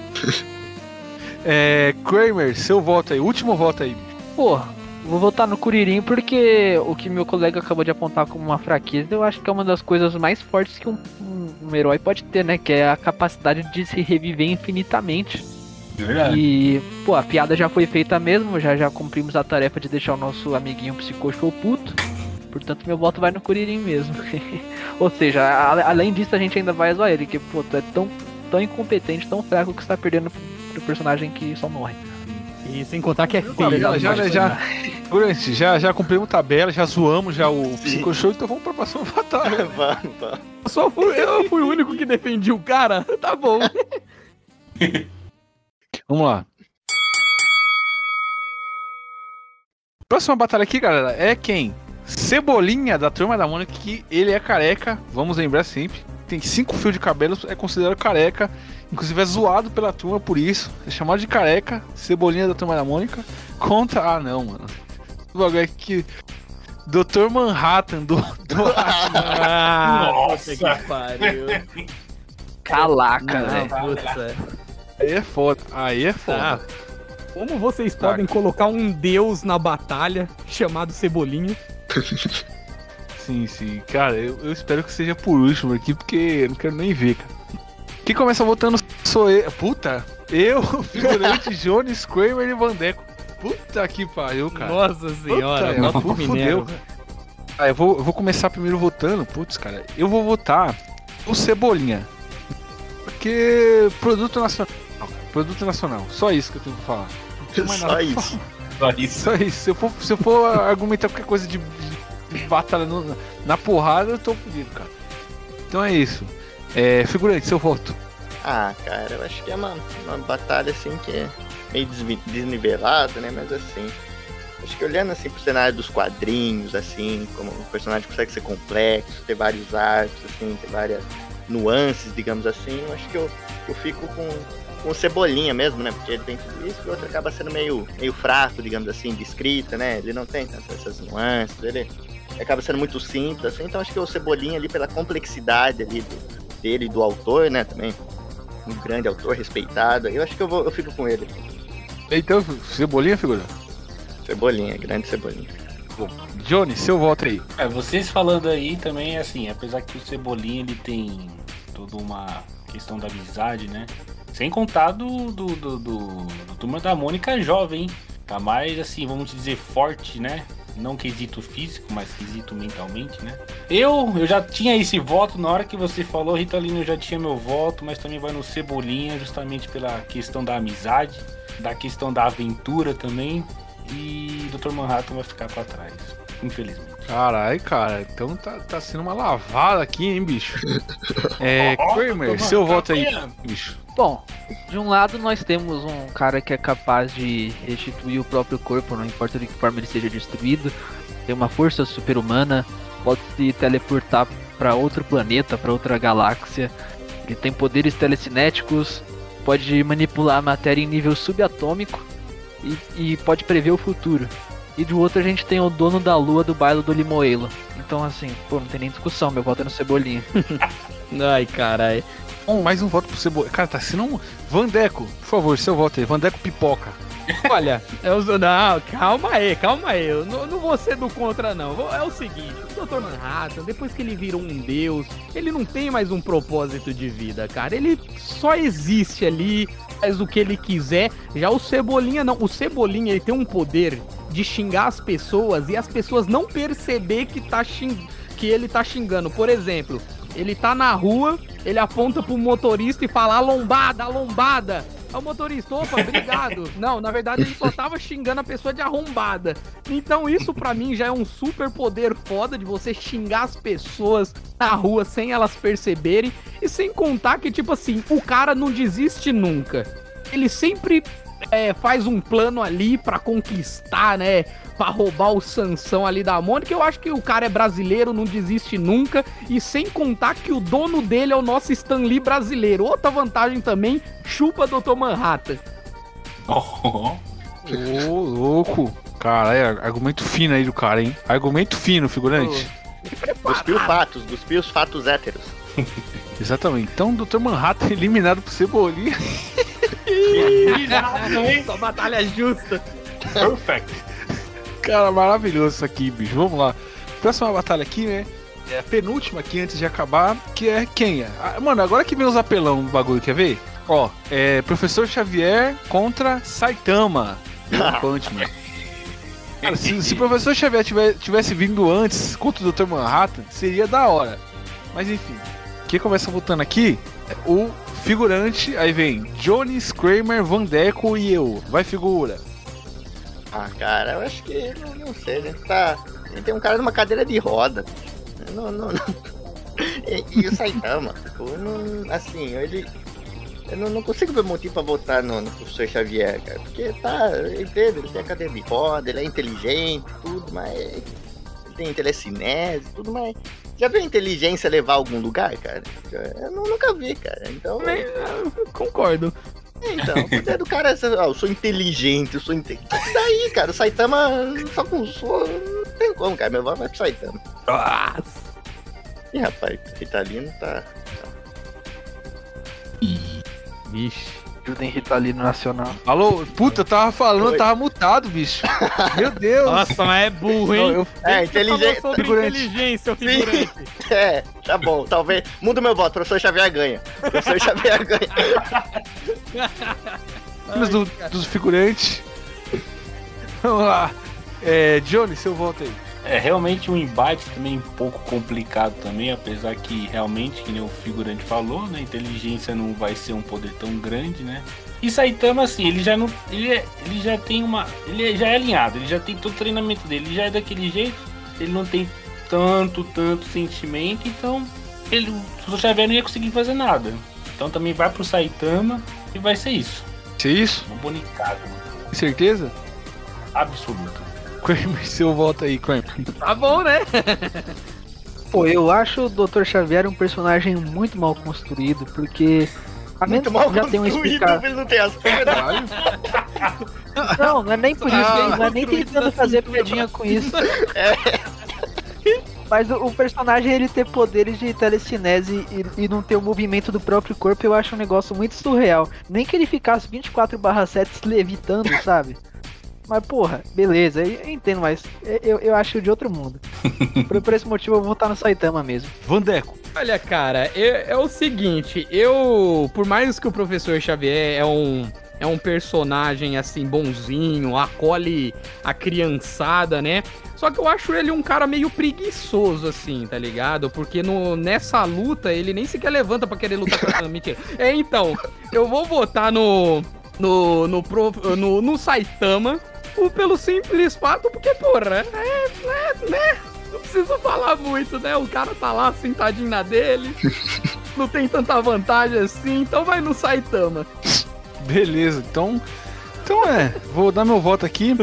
É, Kramer, seu voto aí, último voto aí. Pô, vou votar no Curirim porque o que meu colega acabou de apontar como uma fraqueza, eu acho que é uma das coisas mais fortes que um, um, um herói pode ter, né? Que é a capacidade de se reviver infinitamente. Verdade. E, pô, a piada já foi feita mesmo, já já cumprimos a tarefa de deixar o nosso amiguinho Psico Show puto. Portanto, meu voto vai no Curirim mesmo. Ou seja, a, além disso, a gente ainda vai zoar ele, que, pô, tu é tão, tão incompetente, tão fraco que você tá perdendo pro, pro personagem que só morre. E sem contar que é feio. Já, já, já, já, já, já cumprimos tabela, já zoamos já o Psico Show, então vamos pra próxima batalha. Vamos, vamos. Só fui, eu fui o único que defendi o cara? Tá bom. Vamos lá. Próxima batalha aqui, galera, é quem? Cebolinha, da Turma da Mônica, que ele é careca, vamos lembrar sempre. Tem cinco fios de cabelo, é considerado careca. Inclusive é zoado pela turma por isso. É chamado de careca, Cebolinha da Turma da Mônica. Contra... Ah, não, mano. O bagulho é que... doutor Manhattan, do... do... Ah, Nossa. puta que pariu. Calaca, Não, velho. puta. Aí é foda. Aí é foda. Ah, como vocês Tá. podem colocar um deus na batalha chamado Cebolinha? Sim, sim. Cara, eu, eu espero que seja por último aqui, porque eu não quero nem ver, cara. Quem começa votando sou eu. Puta, eu, figurante, Jones, Kramer e Vandeco. Puta que pariu, cara. Nossa senhora, Puta, voto fu- pro fudeu, Minério. cara. Ah, eu vou, eu vou começar primeiro votando. Putz, cara, eu vou votar o Cebolinha. Porque produto nacional. Produto nacional. Só isso que eu tenho que falar. Não tem mais nada Só pra isso. falar. Só isso. Só isso. Se eu for, se eu for argumentar qualquer coisa de, de batalha no- na porrada, eu tô fudido, cara. Então é isso. É, figurante, seu voto. Ah, cara, eu acho que é uma, uma batalha assim que é meio desvi- desnivelada, né? Mas assim, acho que olhando assim pro cenário dos quadrinhos, assim, como o personagem consegue ser complexo, ter vários arcos, assim, ter várias nuances, digamos assim, eu acho que eu, eu fico com, com o Cebolinha mesmo, né? Porque ele tem tudo isso e o outro acaba sendo meio, meio fraco, digamos assim, de escrita, né? Ele não tem tantas essas nuances, ele acaba sendo muito simples, assim, então acho que o Cebolinha ali pela complexidade ali do, dele e do autor, né, também, um grande autor, respeitado, eu acho que eu, vou, eu fico com ele. Então, Cebolinha, figura. Cebolinha, grande Cebolinha. Johnny, seu voto aí. É, vocês falando aí também, assim, apesar que o Cebolinha ele tem toda uma questão da amizade, né? Sem contar do, do, do, do, do Turma da Mônica jovem, tá mais, assim, vamos dizer, forte, né? Não quesito físico, mas quesito mentalmente, né? Eu, eu já tinha esse voto na hora que você falou, Ritalino, eu já tinha meu voto, mas também vai no Cebolinha, justamente pela questão da amizade, da questão da aventura também, e doutor Manhattan vai ficar pra trás, infelizmente. Caralho, cara, então tá, tá sendo uma lavada aqui, hein, bicho? É, Ó, Kramer, doutor seu Manhattan voto aí, apanhando. bicho. Bom, de um lado nós temos um cara que é capaz de restituir o próprio corpo, não importa de que forma ele seja destruído, tem uma força super-humana, pode se teleportar para outro planeta, para outra galáxia, ele tem poderes telecinéticos, pode manipular a matéria em nível subatômico e, e pode prever o futuro. E do outro a gente tem o dono da lua do baile do Limoeiro. Então assim, pô, não tem nem discussão, meu voto é no Cebolinha. Ai, caralho. Bom, mais um voto pro Cebolinha. Cara, tá sendo um... Vandeco, por favor, seu voto aí. Vandeco pipoca. Olha, eu, não, calma aí, calma aí. Eu não, não vou ser do contra, não. Vou- É o seguinte, o doutor Manhattan, depois que ele virou um deus, ele não tem mais um propósito de vida, cara. Ele só existe ali, faz o que ele quiser. Já o Cebolinha não. O Cebolinha, ele tem um poder de xingar as pessoas e as pessoas não perceber que, tá xing... que ele tá xingando. Por exemplo, ele tá na rua, ele aponta pro motorista e fala: "A lombada, a lombada". Aí o motorista, opa, obrigado. Não, na verdade ele só tava xingando a pessoa de arrombada. Então isso pra mim já é um super poder foda de você xingar as pessoas na rua sem elas perceberem. E sem contar que, tipo assim, o cara não desiste nunca. Ele sempre é, faz um plano ali pra conquistar, né? Pra roubar o Sansão ali da Mônica. Eu acho que o cara é brasileiro, não desiste nunca. E sem contar que o dono dele é o nosso Stan Lee brasileiro. Outra vantagem também, chupa doutor Manhattan. Oh, Ô, louco. Caralho, argumento fino aí do cara, hein? Argumento fino, figurante. Cuspiu fatos, cuspiu os fatos héteros. Exatamente. Então, doutor Manhattan eliminado por Cebolinha. Só batalha justa. perfect. Cara, maravilhoso isso aqui, bicho. Vamos lá. Próxima batalha aqui, né? É a penúltima aqui antes de acabar, que é quem? Ah, mano, agora que vem os apelão do bagulho, quer ver? Ó, é Professor Xavier contra Saitama. Punchman. Cara, se, se o Professor Xavier tivesse, tivesse vindo antes contra o doutor Manhattan, seria da hora. Mas enfim. Quem começa votando aqui é o figurante. Aí vem Johnny, Kramer, Vandeco e eu. Vai, figura. Ah, cara, eu acho que, não, não sei, a gente tá... A gente tem um cara numa cadeira de roda. Não, não, não. E, e o Saitama, tipo, não, assim, ele... Eu não, não consigo ver motivo pra votar no, no professor Xavier, cara. Porque tá, eu entendo, ele tem a cadeira de roda, ele é inteligente, tudo, mas... Ele tem telecinese, tudo, mas... Já viu a inteligência levar a algum lugar, cara? Eu não, nunca vi, cara, então... Concordo. Então, o poder do cara é, ó, eu sou inteligente, eu sou inteligente. Daí, cara, o Saitama só com sou, não tem como, cara, meu voto vai pro Saitama. Nossa. Ih, rapaz, o Ritalino tá... Vixe. Ajudem Ritalino Nacional. Alô? Puta, eu tava falando, Oi. eu tava mutado, bicho. Meu Deus. Nossa, mas é burro, hein? Não, eu- É, Você falou inteligente. sobre figurante. inteligência, o figurante. É, tá bom, talvez. Muda o meu voto, professor Xavier ganha. Professor Xavier ganha. Mas do, dos figurantes. Vamos lá. É, Johnny, seu voto aí. É realmente um embate também um pouco complicado também, apesar que realmente, que nem o figurante falou, né, inteligência não vai ser um poder tão grande, né? E Saitama, assim, ele já não, ele, é- ele já tem uma, ele já é alinhado, ele já tem todo o treinamento dele, ele já é daquele jeito, ele não tem tanto, tanto sentimento, então ele, o professor Xavier não ia conseguir fazer nada. Então também vai pro Saitama e vai ser isso, Se é isso? uma bonicada Tem certeza? absoluta. Kramer, seu voto aí, Kramer. Tá bom, né? Pô, eu acho o doutor Xavier um personagem muito mal construído, porque a menos Muito mal que já tem um construído, explicar. ele não tem as pernas. Caralho. Não, não é nem por isso, Ah, não é nem construído tentando da fazer cintura piadinha pra com isso. Mas o, o personagem ele ter poderes de telecinese e, e não ter o movimento do próprio corpo, eu acho um negócio muito surreal. Nem que ele ficasse vinte e quatro barra sete se levitando, sabe? Mas porra, beleza, eu, eu entendo, mas eu, eu acho de outro mundo. Por, por esse motivo eu vou votar no Saitama mesmo. Vandeco. Olha, cara, é, é o seguinte, eu, por mais que o professor Xavier é um, é um personagem, assim, bonzinho, acolhe a criançada, né? Só que eu acho ele um cara meio preguiçoso, assim, tá ligado? Porque no, nessa luta ele nem sequer levanta pra querer lutar com a mentira. É, então, eu vou votar no, no, no, prof, no, no Saitama, o- pelo simples fato, porque, porra, é, né, né? Não preciso falar muito, né? O cara tá lá sentadinho na dele. Não tem tanta vantagem assim, então vai no Saitama. Beleza, então. Então é, vou dar meu voto aqui.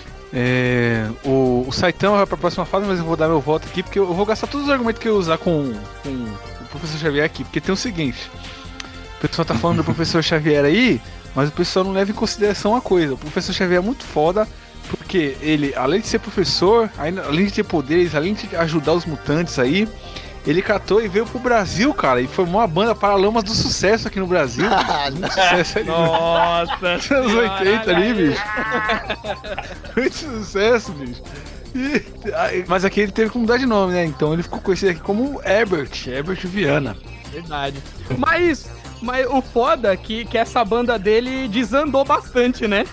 É, o, o Saitama vai pra próxima fase, mas eu vou dar meu voto aqui, porque eu vou gastar todos os argumentos que eu usar com, com o professor Xavier aqui, porque tem o seguinte: o pessoal tá falando do professor Xavier aí, mas o pessoal não leva em consideração a coisa. O professor Xavier é muito foda, porque ele, além de ser professor, ainda- além de ter poderes, além de ajudar os mutantes aí, ele catou e veio pro Brasil, cara, e formou a banda Paralamas do Sucesso aqui no Brasil. Ah, Muito sucesso ali. Nossa, Nos anos oitenta ali, bicho. Muito sucesso, bicho. E- aí, mas aqui ele teve que mudar de nome, né? Então ele ficou conhecido aqui como Herbert, Herbert Viana. verdade. Mas, mas o foda é que, que essa banda dele desandou bastante, né?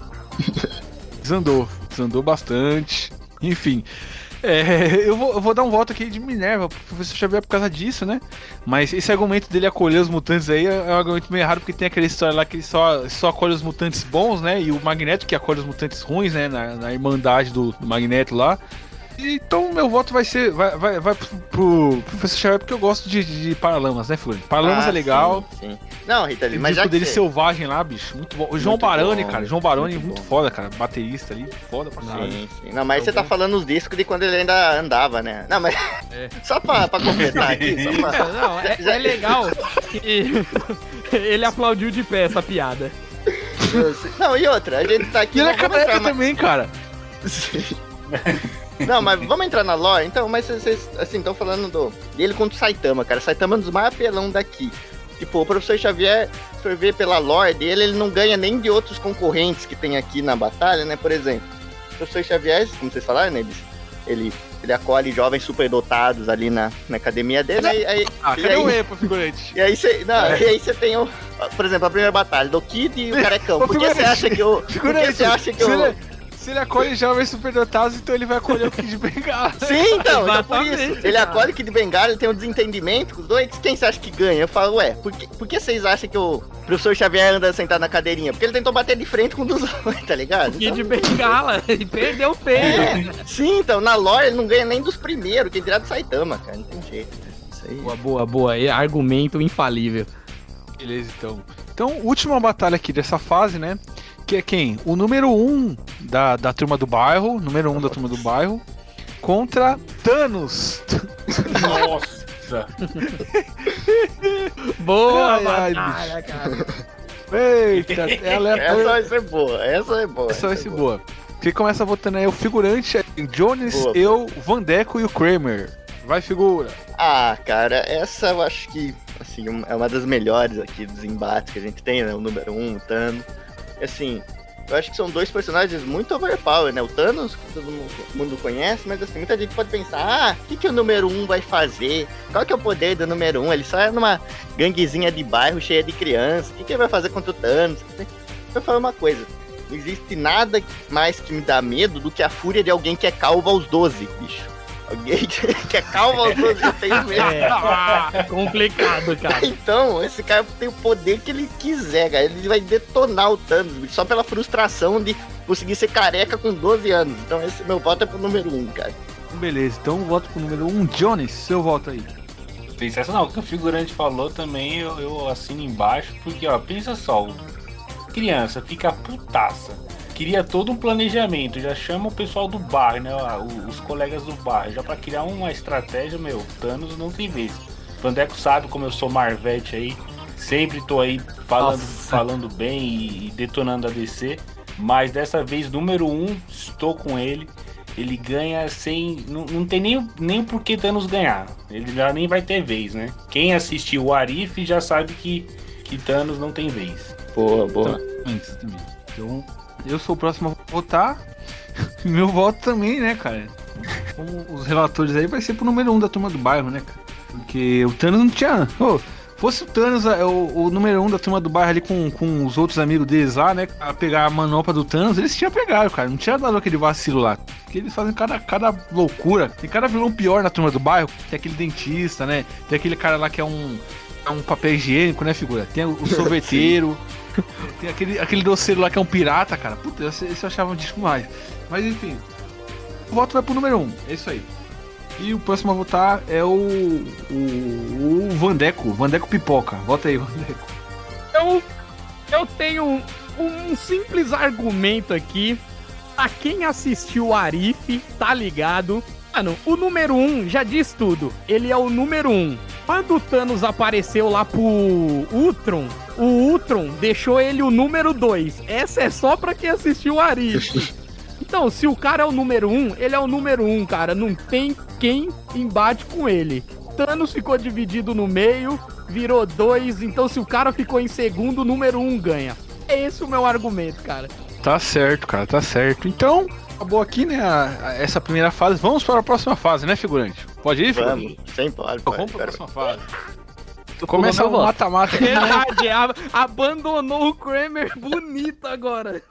Desandou, desandou bastante. Enfim. É, eu, vou, eu vou dar um voto aqui de Minerva pro professor Xavier por causa disso, né? Mas esse argumento dele acolher os mutantes aí é um argumento meio errado, porque tem aquela história lá que ele só, só acolhe os mutantes bons, né? E o Magneto que acolhe os mutantes ruins, né? Na, na irmandade do, do Magneto lá. Então meu voto vai ser. Vai, vai, vai pro, pro Professor Xavier porque eu gosto de, de Paralamas, né, Figurante? Paralamas Ah, é legal. Sim, sim. Não, Rita Lee, O mas já disco que dele você... selvagem lá, bicho. Muito bom. O João Muito Baroni, bom, cara. João Baroni, muito muito bom. foda, cara. Baterista ali, foda pra caralho. Sim, sim. Não, mas Tá você tá bom. falando os discos de quando ele ainda andava, né? Não, mas É. só pra, pra completar aqui, só pra... Não, é, Já- é legal que ele aplaudiu de pé essa piada. Não, e outra, a gente tá aqui... E ele é não, vamos careca entrar na- também, cara. Não, mas vamos entrar na lore, então, mas vocês, assim, estão falando do, dele contra o Saitama, cara. Saitama é um dos mais apelão daqui. Tipo, o Professor Xavier, se for ver pela lore dele, ele não ganha nem de outros concorrentes que tem aqui na batalha, né? Por exemplo, o Professor Xavier, como vocês falaram, né? Ele, ele, ele acolhe jovens superdotados ali na, na academia dele, aí... aí Ah, e cadê aí- o E pro figurante? E aí você, não, e aí você tem o, por exemplo, a primeira batalha do Kid e o Carecão. Ô, Por que você figurante, acha que o, por que Figurante, você acha que se, o... ele, se ele acolhe jovens superdotados, então ele vai acolher o Kid Bengala. Sim, então, então por Exatamente, isso. Ele cara. acolhe que de Bengala, ele tem um desentendimento com os dois. Quem você acha que ganha? Eu falo, ué, por que, por que vocês acham que o Professor Xavier anda sentado na cadeirinha? Porque ele tentou bater de frente com um dos dois, tá ligado? Que de bengala, e perdeu feio. É, sim, então, na lore ele não ganha nem dos primeiros, quem dirá do Saitama, cara, não tem jeito. Isso aí. Boa, boa, boa. E argumento infalível. Beleza, então. Então, última batalha aqui dessa fase, né? Que é quem? O número um da, da turma do bairro, número um da turma do bairro, contra Thanos. Nossa. Boa Ai, ai, batalha, cara. Eita, é Essa aleatório. vai ser boa, essa é boa. Essa vai essa ser é boa. Quem começa votando aí é o figurante, é Jones, Boa, eu, Vandeco e o Kramer. Vai, figura. Ah, cara, essa eu acho que, assim, um- é uma das melhores aqui dos embates que a gente tem, né? O número um, o Thanos. Assim, eu acho que são dois personagens muito overpower, né? O Thanos, que todo mundo, mundo conhece, mas assim, muita gente pode pensar, ah, o que, que o número um vai fazer? Qual que é o poder do número um? Ele só é numa ganguezinha de bairro cheia de crianças. O que, que ele vai fazer contra o Thanos? Eu falo uma coisa. Não existe nada mais que me dá medo do que a fúria de alguém que é calvo aos doze, bicho. Alguém que que é calvo aos doze, eu tenho medo. É, complicado, cara. Então, esse cara tem o poder que ele quiser, cara. Ele vai detonar o Thanos, bicho, só pela frustração de conseguir ser careca com doze anos. Então, esse meu voto é pro número um, cara. Beleza, então voto pro número um, Jones, seu voto aí. Sensacional. O que o figurante falou também, eu, eu assino embaixo, porque, ó, pensa só, o- criança fica putaça, cria todo um planejamento, já chama o pessoal do bar, né, ó, o- os colegas do bar, já pra criar uma estratégia, meu, Thanos não tem vez. Vandeco sabe como eu sou Marvete aí, sempre tô aí falando, Nossa. falando bem e, e detonando a D C, mas dessa vez, número um, estou com ele. Ele ganha sem. Não, não tem nem, nem por que Thanos ganhar. Ele já nem vai ter vez, né? Quem assistiu o Arif já sabe que, que Thanos não tem vez. Boa, boa. Antes também. Então, eu sou o próximo a votar. Meu voto também, né, cara? Como os relatores aí, vai ser pro número um da turma do bairro, né, cara? Porque o Thanos não tinha. Ô, fosse o Thanos é, o, o número um da turma do bairro ali com, com os outros amigos deles lá, né? A pegar a manopla do Thanos, eles tinham pegado, cara. Não tinha dado aquele vacilo lá. Porque eles fazem cada, cada loucura. Tem cada vilão pior na turma do bairro. Tem aquele dentista, né? Tem aquele cara lá que é um. É um papel higiênico, né, figura? Tem o, o sorveteiro. Tem aquele, aquele doceiro lá que é um pirata, cara. Puta, esse, esse eu achava demais. Mas enfim. O voto vai pro número um. É isso aí. E o próximo a votar é o. O, o Vandeco. Vandeco Pipoca. Vota aí, Vandeco. Eu, eu tenho um, um simples argumento aqui. A quem assistiu o Arif, tá ligado? Mano, o número um já diz tudo. Ele é o número um. Quando o Thanos apareceu lá pro Ultron, o Ultron deixou ele o número dois. Essa é só pra quem assistiu o Arif. Então, se o cara é o número um, ele é o número um, cara. Não tem quem embate com ele. Thanos ficou dividido no meio, virou dois. Então, se o cara ficou em segundo, o número um ganha. É esse o meu argumento, cara. Tá certo, cara, tá certo. Então, acabou aqui, né, a- a- essa primeira fase. Vamos para a próxima fase, né, figurante? Pode ir, figurante? Vamos, sem pode, Então, pode. vamos para a Pera- próxima fase. Tu Começa pulou o meu voto. mata-mata aqui, né? Verdade, a- abandonou o Kramer bonito agora.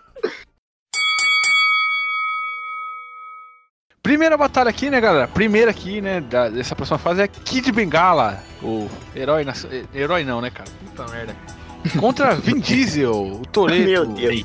Primeira batalha aqui, né, galera? Primeira aqui, né, da- dessa próxima fase é Kid Bengala, o herói, na- herói não, né, cara? Puta merda. Contra Vin Diesel, o Toretto. Meu Deus.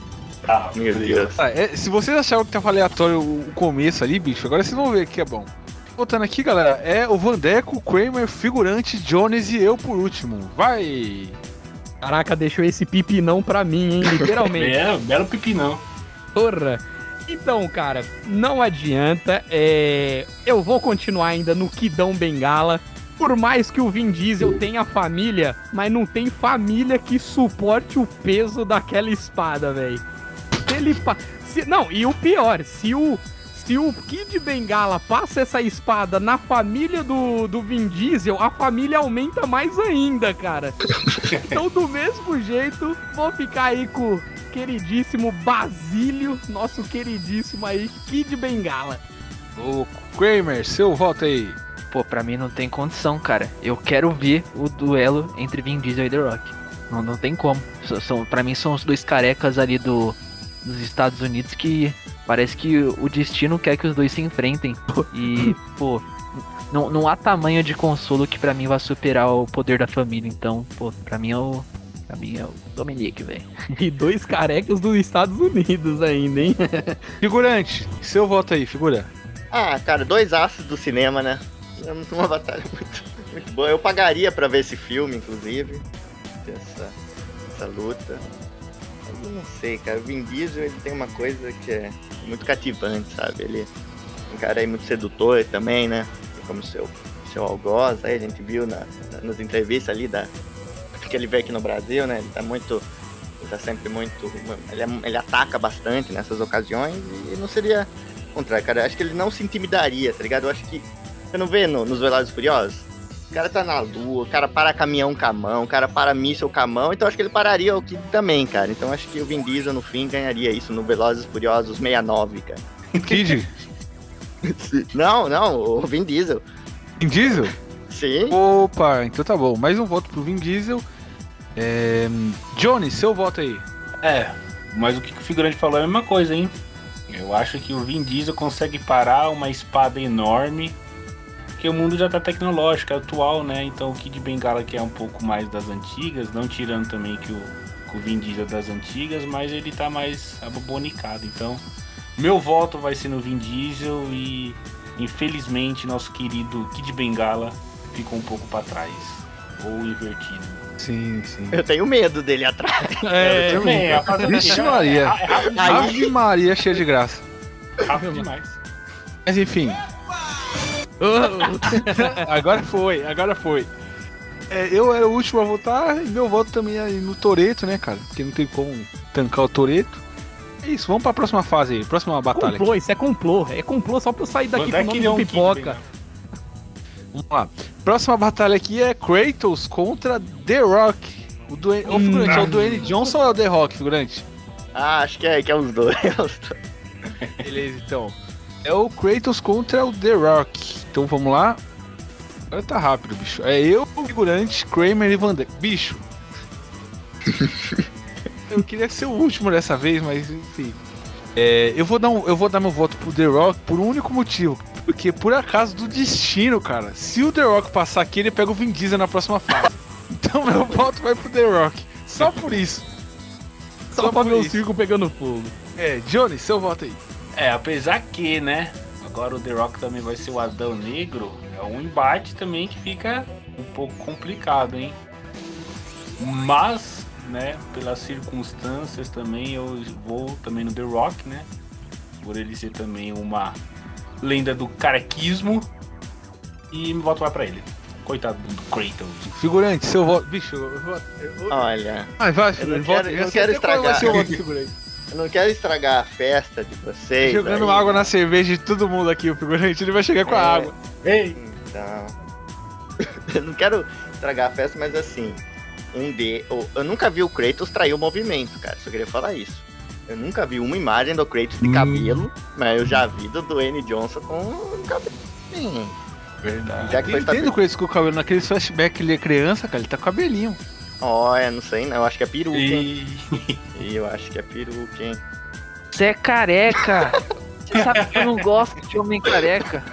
Ah, Meu Deus. Ah, é, se vocês acharam que tava aleatório o o começo ali, bicho, agora vocês vão ver que é bom. Voltando aqui, galera, é o Vandeco, Kramer, figurante, Jones e eu por último. Vai! Caraca, deixou esse pipinão pra mim, hein? Literalmente. É, belo pipinão. Porra. Então, cara, não adianta. É... Eu vou continuar ainda no Kidão Bengala. Por mais que o Vin Diesel tenha família, mas não tem família que suporte o peso daquela espada, velho. Ele pa... se... Não, e o pior, se o se o Kid Bengala passa essa espada na família do, do Vin Diesel, a família aumenta mais ainda, cara. Então, do mesmo jeito, vou ficar aí com o queridíssimo Basílio, nosso queridíssimo aí, Kid Bengala. Ô, Kramer, seu voto aí. Pô, pra mim não tem condição, cara. Eu quero ver o duelo entre Vin Diesel e The Rock. Não, não tem como. S- São, pra mim são os dois carecas ali do, dos Estados Unidos que parece que o destino quer que os dois se enfrentem. E, pô, não, não há tamanho de consolo que pra mim vai superar o poder da família. Então, pô, pra mim é o, pra mim é o Dominique, velho. E dois carecas dos Estados Unidos ainda, hein? Figurante, seu voto aí, figura. Ah, cara, dois astros do cinema, né? É uma batalha muito, muito boa. Eu pagaria pra ver esse filme, inclusive. Essa, essa luta. Mas eu não sei, cara. O Vin Diesel, ele tem uma coisa que é muito cativante, sabe? Ele é um cara aí muito sedutor também, né? Como seu, seu algoz, aí a gente viu na, na- nas entrevistas ali da, que ele veio aqui no Brasil, né? Ele tá muito... Ele tá sempre muito... Ele, é- ele ataca bastante nessas ocasiões e não seria... contrário, cara. Eu acho que ele não se intimidaria, tá ligado? Eu acho que... Você não vê no- nos Velozes e Furiosos? O cara tá na lua, o cara para caminhão com a mão, o cara para míssil com a mão, então acho que ele pararia o Kid também, cara. Então acho que o Vin Diesel, no fim, ganharia isso no Velozes e Furiosos sessenta e nove, cara. Kid, Não, não, o Vin Diesel. Vin Diesel? Sim. Opa, então tá bom. Mais um voto pro Vin Diesel. É... Johnny, seu voto aí. É, mas o que o figurante falou é a mesma coisa, hein? Eu acho que o Vin Diesel consegue parar uma espada enorme, porque o mundo já tá tecnológico, é atual, né? Então o Kid Bengala, que é um pouco mais das antigas, não tirando também que o, que o Vin Diesel é das antigas, mas ele tá mais abobonicado. Então, meu voto vai ser no Vin Diesel e, infelizmente, nosso querido Kid Bengala ficou um pouco pra trás, ou invertido. Sim, sim. Eu tenho medo dele atrás. É, também. É, Vixe Maria. É rápido Aí- demais. Ave Maria, cheia de graça. Rápido demais. Mas enfim. Agora foi, agora foi. É, eu era o último a votar e meu voto também é no Toretto, né, cara? Porque não tem como tancar o Toretto. É isso, vamos pra próxima fase aí, próxima batalha. Complô, isso é complô. É complô só pra eu sair daqui com o nome do pipoca. Vamos lá. Próxima batalha aqui é Kratos contra The Rock. O Dwayne, ô, figurante, é o Dwayne Johnson ou é o The Rock, figurante? Ah, acho que é, que é os dois. Beleza, então. É o Kratos contra o The Rock. Então vamos lá. Agora tá rápido, bicho. É eu, o figurante, Kramer e Van Damme. Bicho. Eu queria ser o último dessa vez, mas enfim. É, eu, vou dar um, eu vou dar meu voto pro The Rock por um único motivo. Porque por acaso do destino, cara. Se o The Rock passar aqui, ele pega o Vin Diesel na próxima fase. Então meu voto vai pro The Rock. Só por isso. Só pra por ver o isso. circo pegando fogo. É, Johnny, seu voto aí. É, apesar que, né? Agora o The Rock também vai ser o Adão Negro. É um embate também que fica um pouco complicado, hein? Mas, né, pelas circunstâncias também, eu vou também no The Rock, né? Por ele ser também uma lenda do carequismo. E meu voto vai pra ele. Coitado do Kratos. Figurante, seu voto. Bicho, eu vou. eu vou- Olha, Ai, vai, eu figurante, não volta. quero, Já eu não sei quero até qual vai estragar. ser o voto, figurante. Eu não quero estragar a festa de vocês. Jogando aí. água na cerveja de todo mundo aqui, o figurante, ele vai chegar com a É. água. Ei! Então. Eu não quero estragar a festa, mas assim. Um de. Eu eu nunca vi o Kratos trair o movimento, cara. Só queria falar isso. Eu nunca vi uma imagem do Kratos de cabelo, mas eu já vi do Dwayne Johnson com um cabelo. Verdade. Já que foi Entendo com esse com o cabelo naquele flashback que ele é criança, cara, ele tá com cabelinho. Olha, não sei não. Eu acho que é peruca, hein? E... E eu acho que é peruca, hein? Você é careca! Você sabe que eu não gosto de homem careca.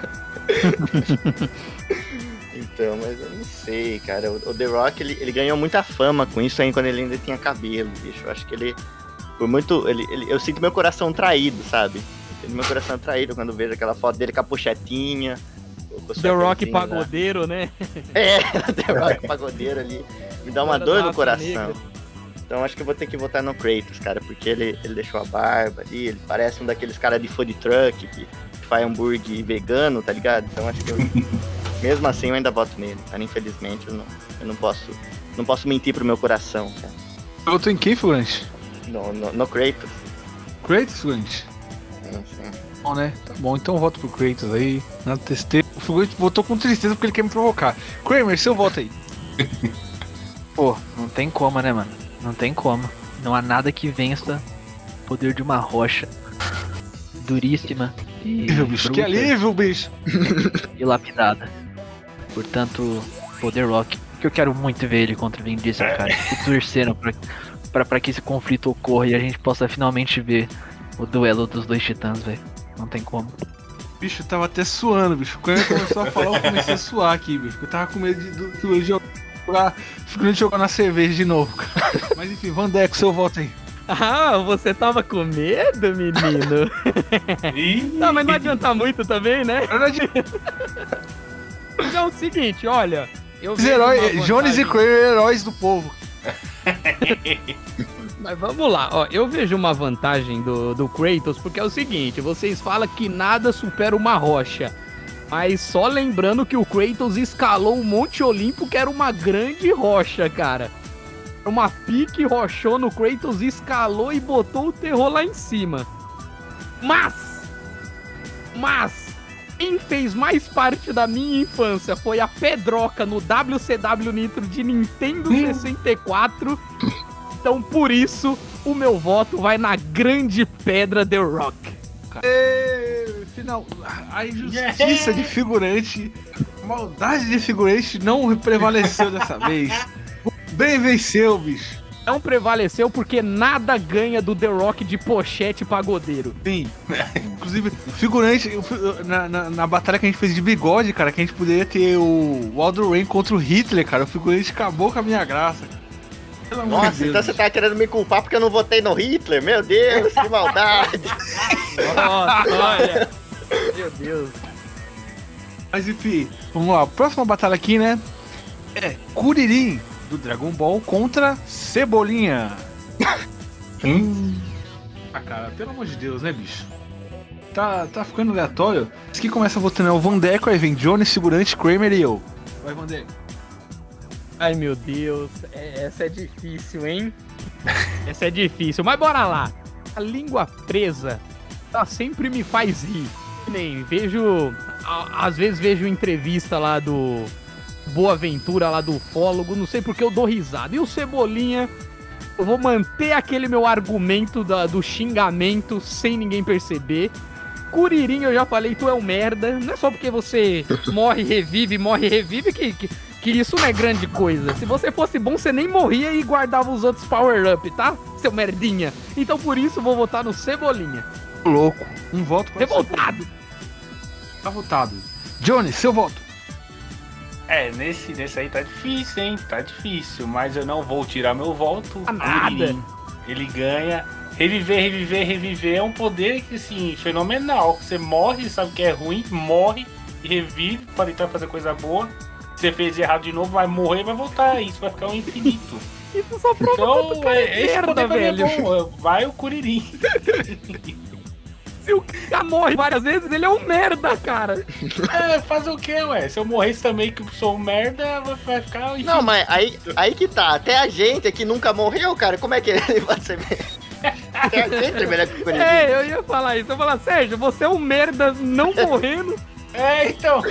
Então, mas eu não sei, cara. O, o The Rock, ele, ele ganhou muita fama com isso aí quando ele ainda tinha cabelo, bicho. Eu acho que ele, por muito. Ele, ele, eu sinto meu coração traído, sabe? Eu sinto meu coração traído quando vejo aquela foto dele com a pochetinha. Com o The Rock chapeuzinho lá. pagodeiro, né? É, The Rock pagodeiro ali. Me dá uma Cara dor da no raça coração. negra. Então acho que eu vou ter que votar no Kratos, cara, porque ele, ele deixou a barba ali, ele parece um daqueles caras de food truck que, que faz hambúrguer vegano, tá ligado? Então acho que eu, mesmo assim eu ainda voto nele, cara. Infelizmente eu não, eu não posso não posso mentir pro meu coração, cara. Votou em quem, figurante? No, no, no Kratos. Kratos, figurante? Não sei. Bom, né? Tá bom, então eu voto pro Kratos aí. Na tristeza. O figurante votou com tristeza porque ele quer me provocar. Kramer, seu voto aí. Pô, não tem como, né, mano? Não tem como. Não há nada que vença o poder de uma rocha duríssima e Alívio, bicho. Que bruta alívio, bicho. e lapidada. Portanto, poder Rock. Que eu quero muito ver ele contra o Vin Diesel, cara. Tô torcendo pra, pra, pra que esse conflito ocorra e a gente possa finalmente ver o duelo dos dois titãs, velho. Não tem como. Bicho, eu tava até suando, bicho. Quando ele começou a falar, eu comecei a suar aqui, bicho. Eu tava com medo de, do, do, de jogar. Figurante jogar na cerveja de novo, cara. Mas enfim, Vandeco, seu voto aí. Ah, você tava com medo, menino? Ih, Não, mas não adianta muito também, né? Não adianta. Mas é o seguinte, olha. Eu Os vejo heróis, uma Jones e vantagem- Kramer, heróis do povo. Mas vamos lá, ó, eu vejo uma vantagem do, do Kratos, porque é o seguinte, vocês falam que nada supera uma rocha, mas só lembrando que o Kratos escalou o Monte Olimpo, que era uma grande rocha, cara. Uma pique rochona, o Kratos escalou e botou o terror lá em cima. Mas, mas, quem fez mais parte da minha infância foi a Pedroca no W C W Nitro de Nintendo sessenta e quatro. Então, por isso, o meu voto vai na grande pedra The Rock. Ê, final, a injustiça de figurante, a maldade de figurante não prevaleceu dessa vez. Bem venceu, bicho. Não prevaleceu porque nada ganha do The Rock de pochete pagodeiro. Sim. Inclusive, o figurante, o fi- na, na, na batalha que a gente fez de bigode, cara, que a gente poderia ter o Waldo Rain contra o Hitler, cara, o figurante acabou com a minha graça. Pelo amor Nossa, de Deus. então você tá querendo me culpar porque eu não votei no Hitler? Meu Deus, que maldade. Nossa, olha. Meu Deus. Mas enfim, vamos lá. Próxima batalha aqui, né? É Kuririn do Dragon Ball contra Cebolinha. Ah, cara, pelo amor de Deus, né, bicho? Tá, tá ficando aleatório. Esse que começa votando é o Vandeco, aí vem Johnny, Figurante, Kramer e eu. Vai, Vandeco. Ai, meu Deus. É- essa é difícil, hein? Essa é difícil. Mas bora lá. A língua presa, ela sempre me faz rir. Que Nem vejo... a- Às vezes vejo entrevista lá do... Boa Ventura lá do ufólogo, não sei porque eu dou risada. E o Cebolinha, eu vou manter aquele meu argumento da- do xingamento sem ninguém perceber. Kuririn, eu já falei, tu é um merda. Não é só porque você morre, revive, morre, revive que, que, que isso não é grande coisa. Se você fosse bom, você nem morria e guardava os outros power-up, tá? Seu merdinha. Então por isso vou votar no Cebolinha. Louco. Um voto para o Revoltado. Cebolinha. Tá votado. Johnny, seu voto. É, nesse, nesse aí tá difícil, hein? Tá difícil, mas eu não vou tirar meu voto. Ah, nada. Kuririn. Ele ganha. Reviver, reviver, reviver é um poder que, assim, fenomenal. Você morre, sabe que é ruim, morre e revive pra tentar fazer coisa boa. Você fez errado de novo, vai morrer e vai voltar. Isso vai ficar um infinito. Isso só prova quanto o Então, cara é, é esse merda, poder pra mim é velho. bom. Vai o Kuririn. Se o cara morre várias vezes, ele é um merda, cara. É, fazer o que, ué? Se eu morresse também que sou um merda, vai- vai ficar um infinito. Não, mas aí, aí que tá. Até a gente aqui nunca morreu, cara. Como é que ele pode ser melhor? Até a gente é melhor que o Kuririn. É, eu ia falar isso. Eu ia falar, Sérgio, você é um merda não morrendo. É, então.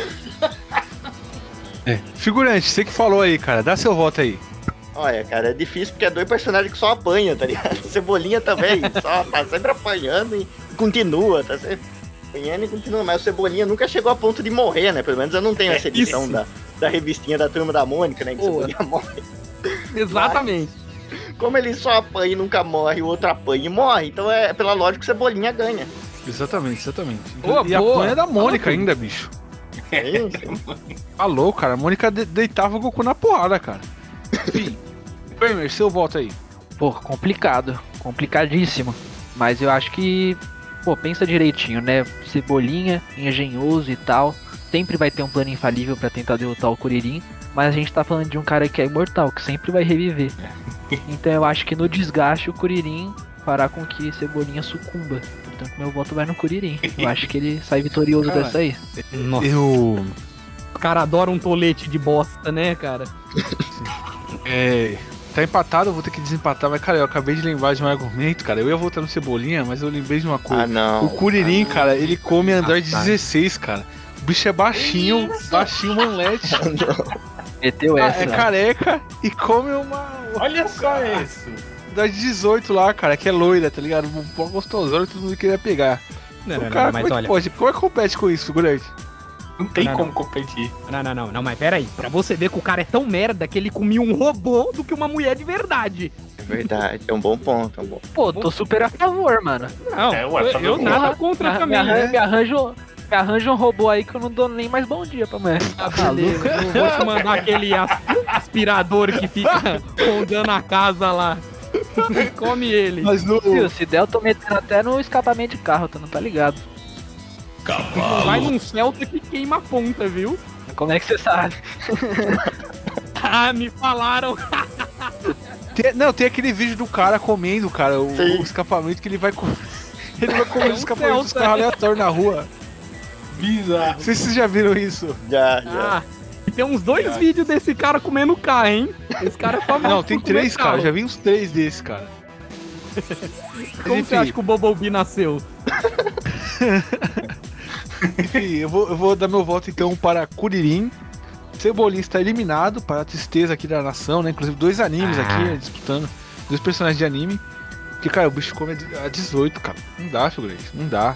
É. Figurante, você que falou aí, cara. Dá seu voto aí. Olha, cara, é difícil porque é dois personagens que só apanham, tá ligado? Cebolinha também, só tá sempre apanhando e continua, tá sempre apanhando e continua. Mas o Cebolinha nunca chegou a ponto de morrer, né? Pelo menos eu não tenho essa edição Isso. da, da revistinha da Turma da Mônica, né? Que o Boa. Cebolinha morre. Exatamente. Como ele só apanha e nunca morre, o outro apanha e morre, então é pela lógica que o Cebolinha ganha. Exatamente, exatamente. Boa, e a boa. panha é da Mônica Falou tudo. ainda, bicho. Sim, sim. Falou, cara. A Mônica de- deitava o Goku na porrada, cara. Enfim. Kramer, seu voto aí. Pô, complicado. Complicadíssimo. Mas eu acho que, pô, pensa direitinho, né? Cebolinha, engenhoso e tal. Sempre vai ter um plano infalível pra tentar derrotar o Kuririn. Mas a gente tá falando de um cara que é imortal, que sempre vai reviver. Então eu acho que no desgaste o Kuririn fará com que Cebolinha sucumba. Portanto, meu voto vai no Kuririn. Eu acho que ele sai vitorioso Cara, dessa aí. Nossa. Eu. O cara adora um tolete de bosta, né, cara? É. Tá empatado, eu vou ter que desempatar, mas cara, eu acabei de lembrar de um argumento, cara. Eu ia votar no Cebolinha, mas eu lembrei de uma coisa. Ah, não. O Kuririn, cara, ele come Android Ah, tá. dezesseis, cara. O bicho é baixinho, baixinho, manlete. Meteu Ah, essa. é careca e come uma. Olha só isso. Android dezoito lá, cara, que é loira, tá ligado? Um pouco gostosão e todo mundo queria pegar. Não, o não, cara, não, mas como é olha. que pode? Como é que compete com isso, figurante? Não tem Não, como não. competir. Não, não, não, não, mas pera aí. Pra você ver que o cara é tão merda que ele comia um robô do que uma mulher de verdade. É verdade, é um bom ponto, é um bom. Pô, tô super a favor, mano. Não, É, ué, eu, fazer eu o quê? nada contra me, também, arran- né? me arranjo, me arranjo um robô aí que eu não dou nem mais bom dia pra mulher. Ah, beleza. Eu vou te mandar aquele as- aspirador que fica rondando a casa lá. Come ele. Mas no. Viu, se der, eu tô metendo até no escapamento de carro, tu não tá ligado? Vai num Celta que queima a ponta, viu? Como é que você sabe? Ah, me falaram. Tem- não, tem aquele vídeo do cara comendo, cara, o, Sim. o escapamento que ele vai comer. Ele vai comer É um o escapamento dos Celta. carros aleatórios na rua. Bizarro. Não sei se vocês já viram isso. Já, já. Ah, e tem uns dois vídeos desse cara comendo carro, hein? Esse cara é famoso. Não, tem por comer três, cara. carro. Já vi uns três desses, cara. Como Enfim. você acha que o Bumblebee nasceu? Enfim, eu vou, eu vou dar meu voto então para Kuririn. Cebolinha está eliminado, para a tristeza aqui da nação, né? Inclusive dois animes Ah. aqui disputando. Dois personagens de anime. Porque, cara, o bicho come a dezoito, cara. Não dá, figurante. Não dá.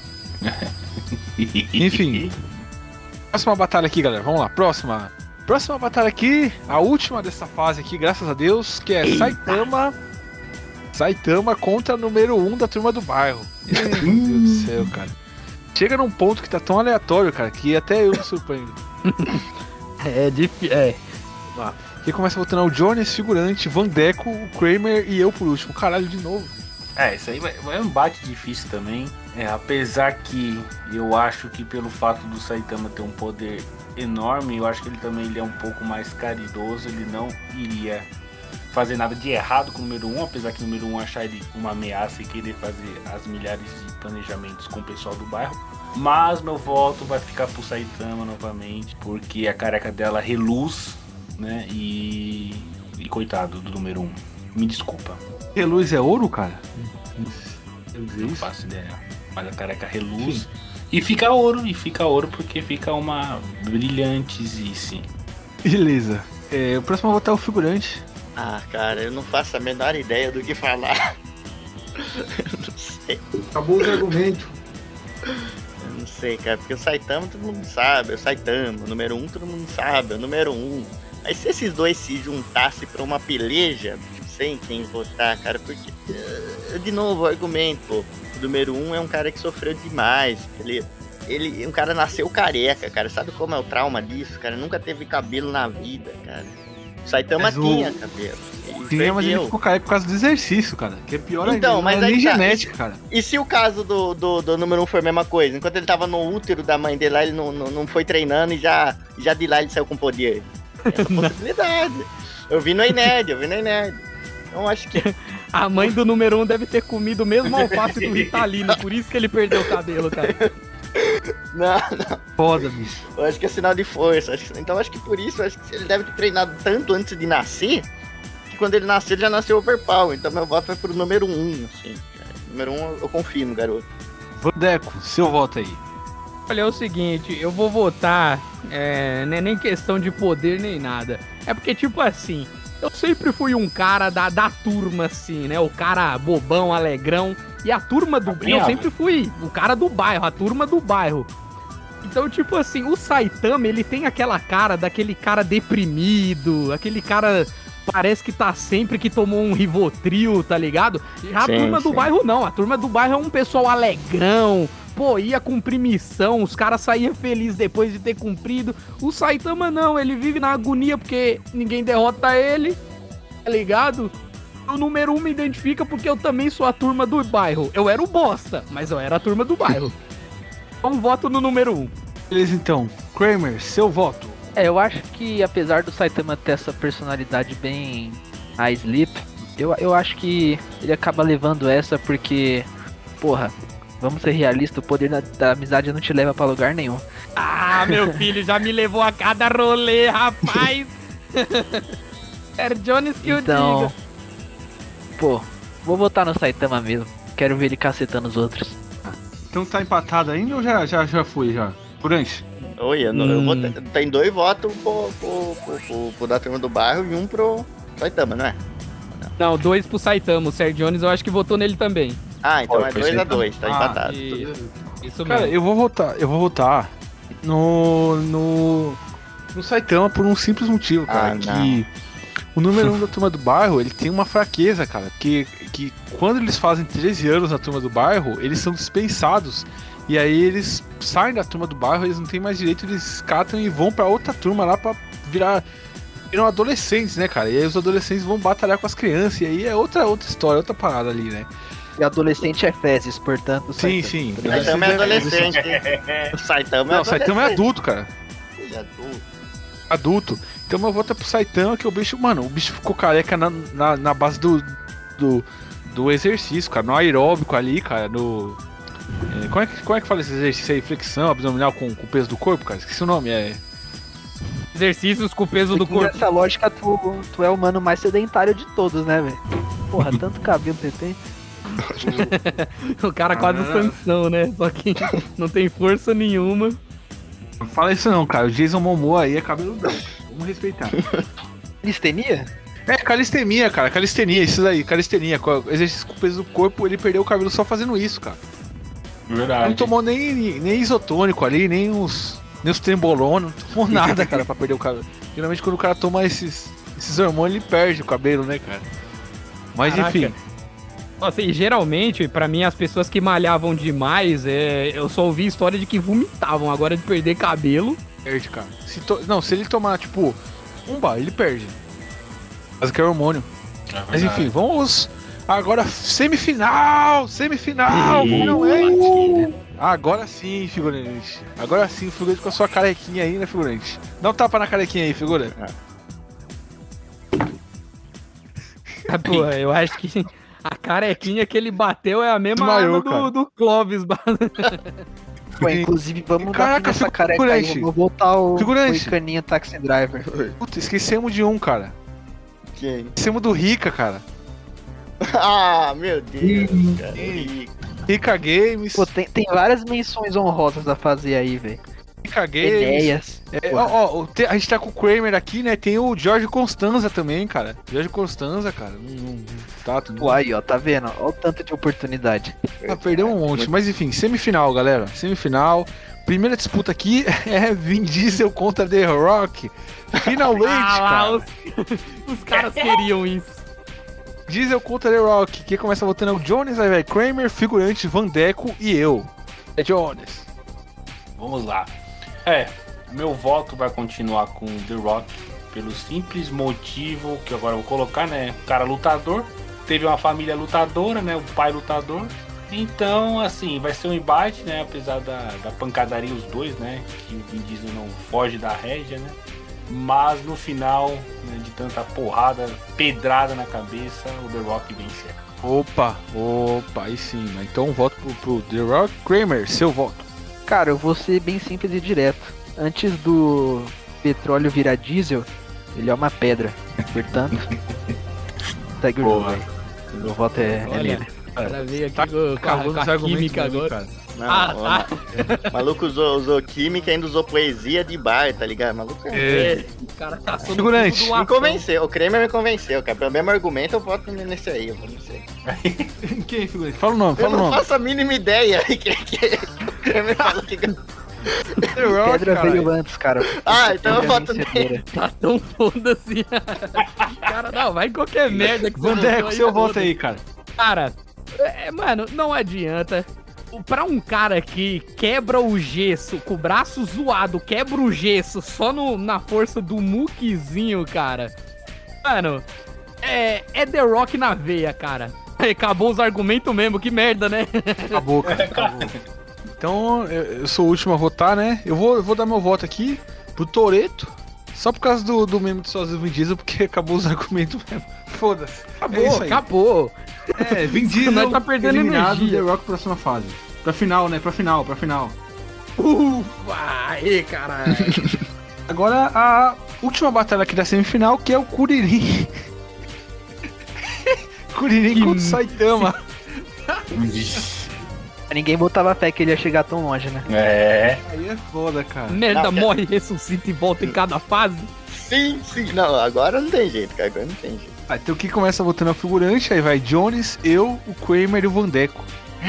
Enfim. Próxima batalha aqui, galera. Vamos lá. Próxima. Próxima batalha aqui. A última dessa fase aqui, graças a Deus. Que é Saitama. Saitama contra número um da turma do bairro. Meu Deus do céu, cara. Chega num ponto que tá tão aleatório, cara, que até eu me surpreendo. É difícil. É. Aqui começa votando o Jones, figurante, Van Deco, o Kramer e eu por último. Caralho, de novo. É, isso aí vai, vai um embate difícil também. É, apesar que eu acho que pelo fato do Saitama ter um poder enorme, eu acho que ele também ele é um pouco mais caridoso, ele não iria fazer nada de errado com o número um, apesar que o número um achar ele uma ameaça e querer fazer as milhares de planejamentos com o pessoal do bairro. Mas meu voto vai ficar pro Saitama novamente, porque a careca dela reluz, né? E, e coitado do número um. Me desculpa, Reluz é ouro, cara? Eu dizer não isso? faço ideia. Mas a careca reluz. E fica ouro, e fica ouro porque fica uma brilhantezice. Beleza. É, o próximo a votar é o figurante. Ah, cara, eu não faço a menor ideia do que falar. Eu não sei, Acabou os argumentos. eu não sei, cara, porque o Saitama todo mundo sabe, é o Saitama, o número um todo mundo sabe, é o número um. Mas se esses dois se juntassem pra uma peleja, não sei em quem votar, cara, porque, eh, de novo, o argumento, pô, o número um é um cara que sofreu demais, ele, ele, um cara nasceu careca, cara, sabe como é o trauma disso, cara, nunca teve cabelo na vida, cara. O Saitama Mas o- tinha cabelo. Ele Tinha, mas ele perdeu. ficou caído por causa do exercício, cara. Que é pior Então, ainda. mas Não é aí nem tá, genética, cara. E se o caso do, do, do número um foi a mesma coisa? Enquanto ele tava no útero da mãe dele lá, ele não, não, não foi treinando e já, já de lá ele saiu com poder. É uma possibilidade. Eu vi no Ened, eu vi no Ened. Então acho que. A mãe do número um deve ter comido o mesmo alface do Ritalino, por isso que ele perdeu o cabelo, cara. Não, não. Foda, bicho. Eu acho que é sinal de força. Acho que- Então acho que por isso, acho que ele deve ter treinado tanto antes de nascer, que quando ele nasceu, ele já nasceu overpower. Então meu voto vai pro número um, assim. Cara. Número um, eu eu confio no garoto. Vandeco, seu voto aí. Olha, é o seguinte, eu vou votar, é, não é nem questão de poder nem nada. É porque, tipo assim, eu sempre fui um cara da, da turma, assim, né? O cara bobão, alegrão. E a turma do... E eu sempre fui o cara do bairro, a turma do bairro. Então, tipo assim, o Saitama, ele tem aquela cara daquele cara deprimido, aquele cara... Parece que tá sempre que tomou um Rivotril, tá ligado? Já a Sim, turma do sim. bairro não, a turma do bairro é um pessoal alegrão, pô, ia cumprir missão, os caras saíam felizes depois de ter cumprido. O Saitama não, ele vive na agonia porque ninguém derrota ele, tá ligado? o número um me identifica porque eu também sou a turma do bairro. Eu era o bosta, mas eu era a turma do bairro. Então voto no número um. Beleza, então. Kramer, seu voto. É, eu acho que apesar do Saitama ter essa personalidade bem a Sleep, eu, eu acho que ele acaba levando essa porque, porra, vamos ser realistas, o poder da, da amizade não te leva pra lugar nenhum. Ah, meu filho já me levou a cada rolê, rapaz. Air Jones que Então, eu diga. pô, vou votar no Saitama mesmo. Quero ver ele cacetando os outros. Então tá empatado ainda ou já, já, já foi, já? Durante? Oi, eu, não- eu Hum. vou ter- tem dois votos pro, pro, pro, pro, pro da turma do bairro e um pro Saitama, não é? Não, dois pro Saitama. O Ser Jones eu acho que votou nele também. Ah, então Ó, é foi dois a Saitama. dois, tá Ah, empatado. Isso, isso Cara, mesmo. eu vou votar, eu vou votar no. no. no Saitama por um simples motivo, cara. Ah, que o número um da turma do bairro, ele tem uma fraqueza, cara. Que, que quando eles fazem treze anos na turma do bairro, eles são dispensados. E aí eles saem da turma do bairro, eles não têm mais direito, eles catam e vão pra outra turma lá pra virar. Viram adolescentes, né, cara? E aí os adolescentes vão batalhar com as crianças. E aí é outra, outra história, outra parada ali, né? E adolescente é fezes, portanto, Sim, Saitama. sim. O Saitama é adolescente. O Saitama é Não, o Saitama é adolescente. adulto, cara. Ele é adulto. Adulto. Então meu voto é pro Saitama, que o bicho, mano, o bicho ficou careca na, na, na base do, do, do exercício, cara. No aeróbico ali, cara, no. é, como, é que, como é que fala esse exercício aí? Flexão abdominal com, com o peso do corpo, cara? Esqueci o nome, é. Exercícios com o peso do Seguindo corpo. essa lógica, tu, tu é o mano mais sedentário de todos, né, velho? Porra, tanto cabelo que tem. O cara quase Ah. Sansão, né? Só que não tem força nenhuma. Não fala isso não, cara. O Jason Momoa aí é cabeludão. Vamos respeitar. Listenia? É, calistenia, cara. Calistenia, isso daí, calistenia. Com exercício com o peso do corpo, ele perdeu o cabelo só fazendo isso, cara. Verdade. Não tomou nem, nem isotônico ali, nem os, nem os trembolona, não tomou nada, cara, pra perder o cabelo. Geralmente quando o cara toma esses, esses hormônios, ele perde o cabelo, né, cara? Mas Caraca. enfim. Assim, geralmente, pra mim, as pessoas que malhavam demais, é, eu só ouvi história de que vomitavam. Agora de perder cabelo. Perde, cara. Se to- Não, se ele tomar, tipo, um bar, ele perde. Mas que é hormônio. É Mas verdade. enfim, vamos agora semifinal! Semifinal! Finalmente! Agora sim, figurante. Agora sim, figurante com a sua carequinha aí, né, figurante? Dá um tapa na carequinha aí, figurante. Ah, pô, eu acho que a carequinha que ele bateu é a mesma Desmaiou, arma cara. do, do Clóvis. Pô, inclusive, vamos Caraca, dar essa careca figurante. aí. Vou botar o, Figurante. o Icaninha Taxi Driver. Puta, esquecemos de um, cara. Quem? Esquecemos do Rica, cara. Ah, meu Deus, cara. Rico. Rica Games. Pô, tem, tem várias menções honrosas a fazer aí, velho. Rica Games. Ideias. É, Porra. ó, ó, o te- a gente tá com o Kramer aqui, né? Tem o Jorge Constanza também, cara. Jorge Constanza, cara. Não, não, tá, tudo Pô, aí, ó, tá vendo? Ó o tanto de oportunidade. Ah, perdeu um monte. Mas enfim, semifinal, galera. Semifinal. Primeira disputa aqui é Vin Diesel contra The Rock. Finalmente, Ah, lá, cara. os, os caras queriam isso. Diesel contra The Rock. Quem começa votando é o Jones, aí vai Kramer, figurante, Van Deco e eu. É Jones. Vamos lá. É, meu voto vai continuar com The Rock pelo simples motivo que agora eu vou colocar, né? O cara lutador, teve uma família lutadora, né? O pai lutador. Então, assim, vai ser um embate, né? Apesar da, da pancadaria os dois, né? Que o Vin Diesel não foge da rédea, né? Mas no final, né, de tanta porrada, pedrada na cabeça, o The Rock vence. Opa, opa, aí sim. Mas então voto pro, pro The Rock. Kramer, seu voto. Cara, eu vou ser bem simples e direto. Antes do petróleo virar diesel, ele é uma pedra. Portanto, segue o jogo Boa. aí. Meu voto é, é Olha, nele. o cara veio aqui Tá com, com a, cavando com os a argumentos química dele, agora. cara. Não, Ah, ó, tá. ma- maluco usou, usou química e ainda usou poesia de bar, tá ligado? Maluco é. É, o cara caçou Figurante, tudo do Me latão. convenceu, o Kramer me convenceu, cara. Pelo mesmo argumento, eu voto nesse aí, eu vou não sei. Quem, figurante? Fala o nome, Eu fala o não nome. faço a mínima ideia. que, que, o Kramer falou que... The Rock, Pedra cara. veio antes, cara. Ah, então eu Pedra voto vencedora. nele. Tá tão foda-se. Cara, não, vai em qualquer merda que Van você botou Deco, seu voto foda-se. aí, cara. Cara, é, mano, não adianta. O- Pra um cara que quebra o gesso com o braço zoado, quebra o gesso só no, na força do muquezinho, cara. Mano, É, é The Rock na veia, cara. Acabou os argumentos mesmo, que merda, né? Acabou, cara, acabou. Então, eu, eu sou o último a votar, né? Eu vou, eu vou dar meu voto aqui pro Toretto, só por causa do, do meme de sozinho Vin Diesel, porque acabou os argumentos mesmo. Foda-se. Acabou, é isso aí. acabou. É, Vin Diesel Nós tá perdendo eliminado, energia. The Rock próxima fase. Pra final, né? Pra final, pra final. Ufa, aí, caralho. Agora a última batalha aqui da semifinal, que é o Kuririn. Kuririn Que contra o Saitama. Ninguém botava fé que ele ia chegar tão longe, né? É. Aí é foda, cara. Merda, Não, morre, ressuscita e volta em cada fase. Sim, sim. Não, agora não tem jeito, cara. Agora não tem jeito. Ah, então quem começa votando é o figurante, aí vai Jones, eu, o Kramer e o Vandeco.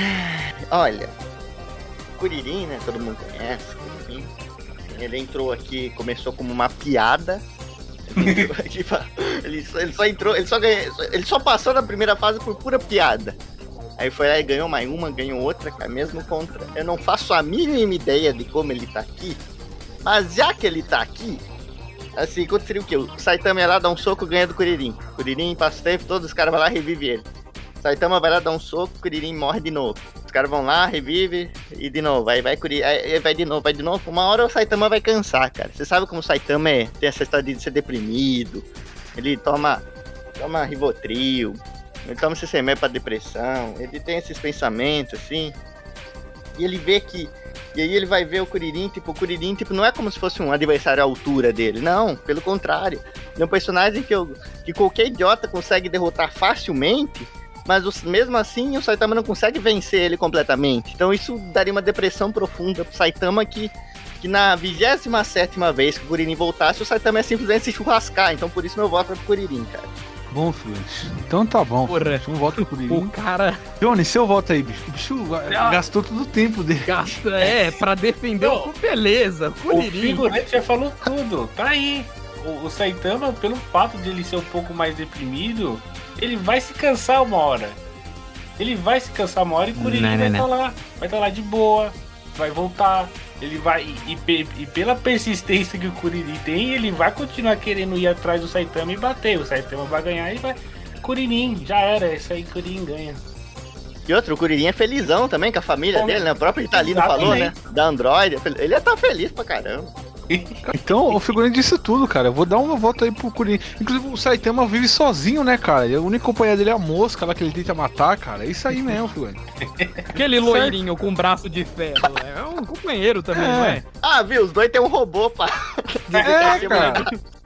Olha, Kuririn, né? Todo mundo conhece. Kuririn. Assim, ele entrou aqui, começou como uma piada. Ele, entrou aqui pra- ele só, ele só entrou, ele só ganhou, ele só passou na primeira fase por pura piada. Aí foi lá e ganhou mais uma, ganhou outra, cara, mesmo contra. Eu não faço a mínima ideia de como ele tá aqui, mas já que ele tá aqui, assim, quando seria o quê? O Saitama ia lá dar um soco, ganha do Kuririn. Kuririn passa tempo, todos os caras vão lá e revivem ele. Saitama vai lá dar um soco, Kuririn morre de novo. Os caras vão lá, revive e de novo, aí vai Kuririn, aí vai de novo, vai de novo. Uma hora o Saitama vai cansar, cara. Você sabe como o Saitama é, tem essa história de ser deprimido. Ele toma, toma Rivotril, ele toma esse remédio pra depressão, ele tem esses pensamentos, assim. E ele vê que... E aí ele vai ver o Kuririn, tipo, o Kuririn, tipo, não é como se fosse um adversário à altura dele. Não, pelo contrário. Ele é um personagem que, eu, que qualquer idiota consegue derrotar facilmente, mas os- mesmo assim o Saitama não consegue vencer ele completamente. Então isso daria uma depressão profunda pro Saitama que, que na vigésima sétima vez que o Kuririn voltasse, o Saitama ia simplesmente se churrascar. Então por isso meu voto é pro Kuririn, cara. Bom, figurante. Então tá bom. Porra. Um voto pro O Kuririn. cara Jones, seu voto aí, bicho. O bicho gastou todo o tempo dele. gasta, é, pra defender o... Não. Beleza, O Kuririn. figurante já falou tudo. Tá aí. O, o Saitama, pelo fato de ele ser um pouco mais deprimido, ele vai se cansar uma hora. Ele vai se cansar uma hora e o Kuririn Não, não, vai não. estar lá. Vai estar lá de boa. Vai voltar. Ele vai. E, e- e pela persistência que o Kuririn tem, ele vai continuar querendo ir atrás do Saitama e bater. O Saitama vai ganhar e vai. Kuririn, já era. Isso aí, Kuririn ganha. E outro, o Kuririn é felizão também com a família Bom, dele, né? O próprio Italino falou, né? exatamente. Da Android. Ele ia estar feliz pra caramba. Então, o figurante disse tudo, cara. Eu vou dar uma volta aí pro Kuririn. Inclusive, o Saitama vive sozinho, né, cara? E a única companhia dele é a mosca lá que ele tenta matar, cara. É isso aí mesmo, figurante. Aquele loirinho com braço de ferro. É um companheiro também, É. não é? Ah, viu? Os dois tem um robô, pá. É, cara.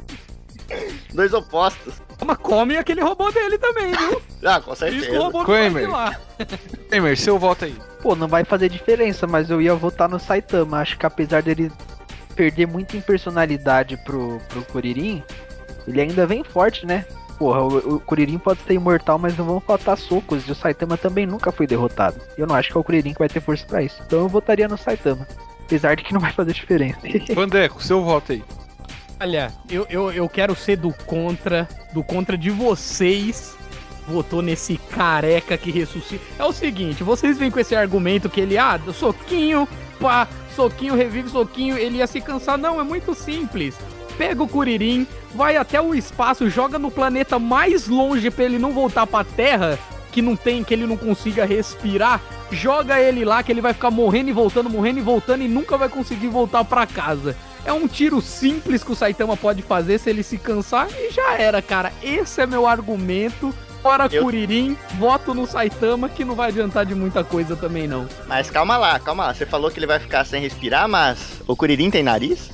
Dois opostos. Mas come aquele robô dele também, viu? Ah, com Isso que o certeza. robô não Kramer. sai de lá. Kramer, seu voto aí. Pô, não vai fazer diferença, mas eu ia votar no Saitama. Acho que apesar dele perder muito em personalidade pro, pro Kuririn, ele ainda vem forte, né? Porra, o, o Kuririn pode ser imortal, mas não vão faltar socos. E o Saitama também nunca foi derrotado. Eu não acho que é o Kuririn que vai ter força pra isso. Então eu votaria no Saitama. Apesar de que não vai fazer diferença. Vandeco, seu voto aí. Olha, eu, eu, eu quero ser do contra, do contra de vocês. Votou nesse careca que ressuscita. É o seguinte, vocês vêm com esse argumento que ele, ah, do soquinho, pá, soquinho, revive, soquinho, ele ia se cansar. Não, é muito simples. Pega o Kuririn, vai até o espaço, joga no planeta mais longe pra ele não voltar pra Terra, que não tem, que ele não consiga respirar. Joga ele lá, que ele vai ficar morrendo e voltando, morrendo e voltando e nunca vai conseguir voltar pra casa. É um tiro simples que o Saitama pode fazer se ele se cansar e já era, cara. Esse é meu argumento. Fora Eu- Kuririn, voto no Saitama, que não vai adiantar de muita coisa também, não. Mas calma lá, calma lá. Você falou que ele vai ficar sem respirar, mas o Kuririn tem nariz?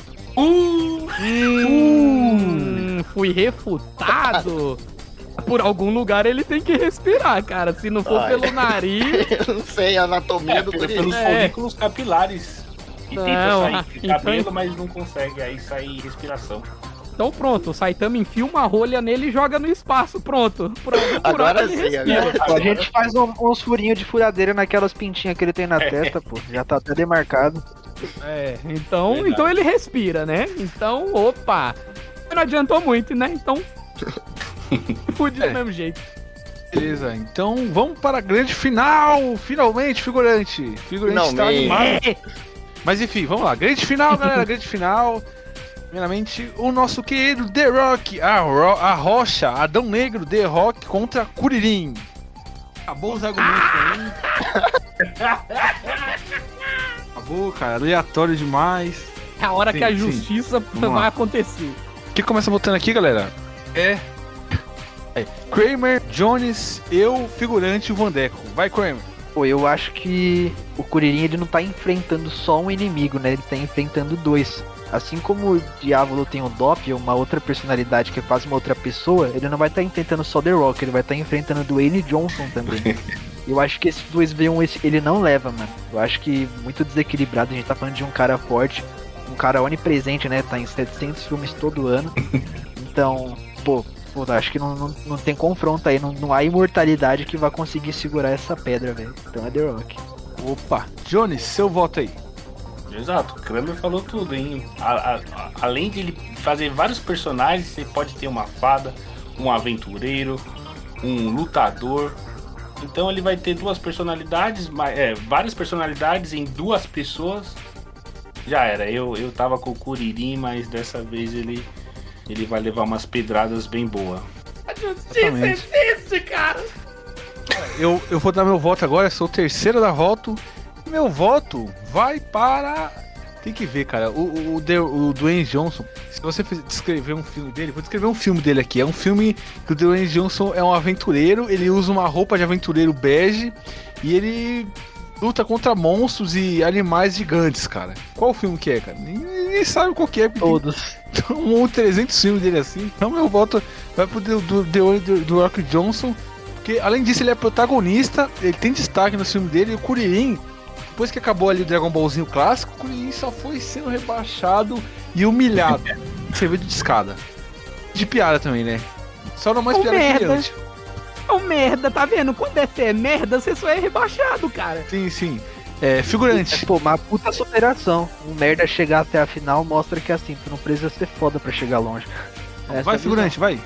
Hum, fui refutado. Por algum lugar ele tem que respirar, cara. Se não for Olha. pelo nariz... Eu não sei a anatomia É, do pelo- Kuririn. pelos É. folículos capilares. E Não, tenta sair ah, cabelo, então- mas não consegue. Aí sai respiração. Então pronto, o Saitama enfia uma rolha nele e joga no espaço. Pronto. Por algum buraco Agora ele sim, respira. agora. A gente faz um- uns furinhos de furadeira naquelas pintinhas que ele tem na testa, pô. Já tá até demarcado. É, então, Verdade. então ele respira, né? Então, opa. Não adiantou muito, né? Então. Fudi É. do mesmo jeito. Beleza, então vamos para a grande final! Finalmente, figurante! Figurante está Finalmente. animado. Mas enfim, vamos lá. Grande final, galera, grande final. Primeiramente, o nosso querido The Rock, a, Ro a Rocha, Adão Negro, The Rock contra Kuririn. Acabou os argumentos aí. Acabou, cara, aleatório demais. É a hora Sim, que a sim. justiça Vamos vai lá. acontecer. O que começa botando aqui, galera, é... é Kramer, Jones, eu, figurante e o Vandeco. Vai, Kramer. Pô, eu acho que o Kuririn ele não tá enfrentando só um inimigo, né? Ele tá enfrentando dois. Assim como o Diávolo tem o Doppel, uma outra personalidade que é quase uma outra pessoa, ele não vai estar enfrentando só The Rock, ele vai estar enfrentando o Dwayne Johnson também. Eu acho que esses dois V um ele não leva, mano. Eu acho que muito desequilibrado, a gente tá falando de um cara forte, um cara onipresente, né? Tá em setecentos filmes todo ano. Então, pô, pô acho que não, não, não tem confronto aí, não, não há imortalidade que vai conseguir segurar essa pedra, velho. Então é The Rock. Opa, Jones, seu voto aí. Exato, o Kramer falou tudo, hein? A, a, a, além de ele fazer vários personagens, você pode ter uma fada, um aventureiro, um lutador. Então ele vai ter duas personalidades, é, várias personalidades em duas pessoas. Já era, eu, eu tava com o Kuririn, mas dessa vez ele, ele vai levar umas pedradas bem boas. A justiça existe, cara! Eu, eu vou dar meu voto agora, sou o terceiro da voto. Meu voto vai para... Tem que ver, cara. O, o, o, o Dwayne Johnson, se você fizer- descrever um filme dele, vou descrever um filme dele aqui. É um filme que o Dwayne Johnson é um aventureiro, ele usa uma roupa de aventureiro bege e ele luta contra monstros e animais gigantes, cara. Qual filme que é, cara? Ninguém sabe qual que é. porque Todos. tem um trezentos filmes dele assim. Então meu voto vai pro do, do, do, do, do Rock Johnson, porque além disso ele é protagonista, ele tem destaque no filme dele, e o Kuririn, depois que acabou ali o Dragon Ballzinho clássico, o Kuririn só foi sendo rebaixado e humilhado. Servido de escada. De piada também, né? Só não mais Ô, piada que merda. antes. Ô merda, tá vendo? Quando é fé merda, você só é rebaixado, cara. Sim, sim. É, figurante. Pô, uma puta superação. Um merda chegar até a final mostra que assim, tu não precisa ser foda pra chegar longe. Essa é Vai, a figurante, vai.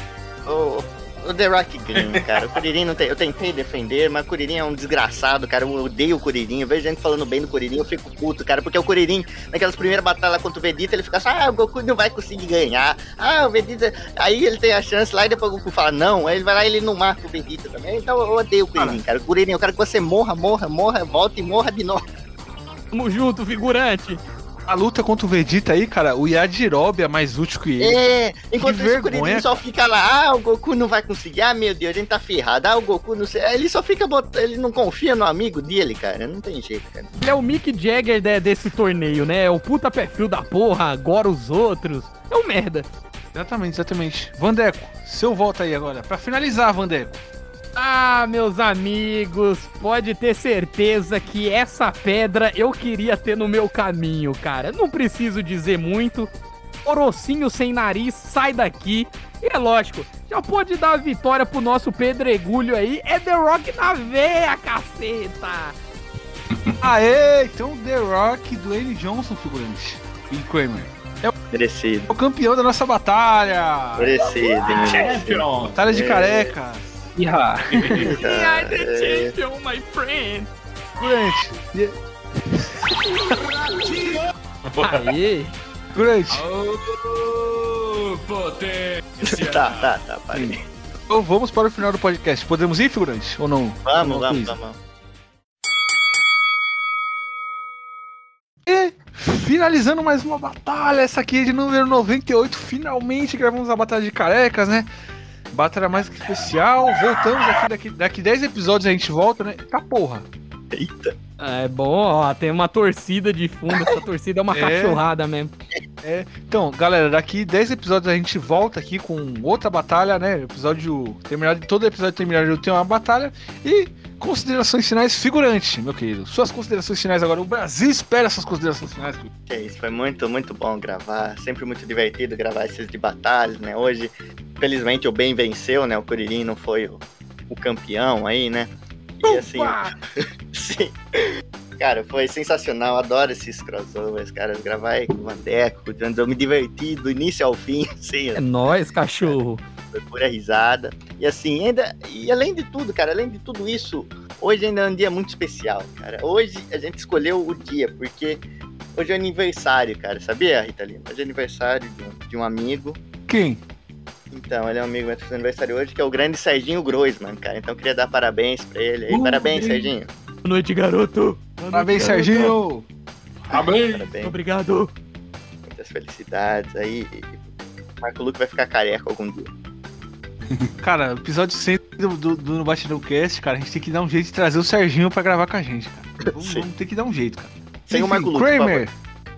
O, o The Rock ganha, cara. O Kuririn não tem. Eu tentei defender, mas o Kuririn é um desgraçado, cara. Eu odeio o Kuririn. Eu vejo gente falando bem do Kuririn, eu fico puto, cara. Porque o Kuririn, naquelas primeiras batalhas contra o Vegeta, ele fica assim: ah, o Goku não vai conseguir ganhar. Ah, o Vegeta. Aí ele tem a chance lá e depois o Goku fala: não. Aí ele vai lá e ele não mata o Vegeta também. Então eu odeio o Kuririn, cara. O Kuririn, eu quero que você morra, morra, morra, volta e morra de novo. Tamo junto, figurante. A luta contra o Vegeta aí, cara, o Yajirobe é mais útil que ele. É, enquanto Que isso o vergonha, Kuririn só fica lá, ah, o Goku não vai conseguir, ah, meu Deus, a gente tá ferrado, ah, o Goku não sei, ele só fica botando, ele não confia no amigo dele, cara, não tem jeito, cara. Ele é o Mick Jagger de- desse torneio, né? É o puta pé frio da porra, agora os outros. É um merda. Exatamente, exatamente. Vandeco, seu voto aí agora. Pra finalizar, Vandeco. Ah, meus amigos, pode ter certeza que essa pedra eu queria ter no meu caminho, cara. Não preciso dizer muito. Orocinho sem nariz, sai daqui. E é lógico, já pode dar a vitória pro nosso pedregulho aí. É The Rock na veia, caceta! Aê, então The Rock, Dwayne Johnson, figurante. E Kramer. Merecido, É o campeão da nossa batalha. merecido, merecido. Champion! Batalha de É. careca. Iha. Yeah, the É, champion, my friend! Figurante. E- Aê! Figurante. tá, tá, tá, parei. Então vamos para o final do podcast. Podemos ir, figurante? Ou não? Vamos, Alguma vamos, coisa? vamos. E finalizando mais uma batalha, essa aqui é de número noventa e oito. Finalmente gravamos a Batalha de Carecas, né? Batalha mais que especial. Voltamos aqui, daqui, daqui dez episódios a gente volta, né? Tá porra. Eita. É bom, ó, tem uma torcida de fundo. Essa torcida é uma É. cachorrada mesmo. Então, galera, daqui dez episódios a gente volta aqui com outra batalha, né? Episódio terminado, todo episódio terminado tem uma batalha. E considerações finais, figurante, meu querido. Suas considerações finais agora. O Brasil espera essas considerações finais. É isso, foi muito, muito bom gravar. Sempre muito divertido gravar esses de batalhas, né? Hoje, felizmente, o bem venceu, né? O Kuririn não foi o, o campeão aí, né? E assim, sim. Cara, foi sensacional. Adoro esses crossovers, cara. Gravar aí com o Vandeco, eu me diverti do início ao fim, assim, É nóis, cachorro. foi pura risada. E assim, ainda. E além de tudo, cara, além de tudo isso, hoje ainda é um dia muito especial, cara. Hoje a gente escolheu o dia, porque hoje é aniversário, cara. Sabia, Rita Lima? Hoje é aniversário de um, de um amigo. Quem? Então, ele é um amigo meu que faz aniversário hoje, que é o grande Serginho Groisman, cara. Então eu queria dar parabéns pra ele. Aí, Uh, parabéns, bem. Serginho. Boa noite, garoto. Boa Parabéns, noite, garoto. Serginho! Amém! Parabéns. Obrigado. Muitas felicidades. Aí, o Marco Luque vai ficar careca algum dia. Cara, episódio cem do, do, do No Batidão Cast, cara, a gente tem que dar um jeito de trazer o Serginho pra gravar com a gente, cara. Vamos, Sim. vamos ter que dar um jeito, cara. Sem o Marco Luque, por Kramer!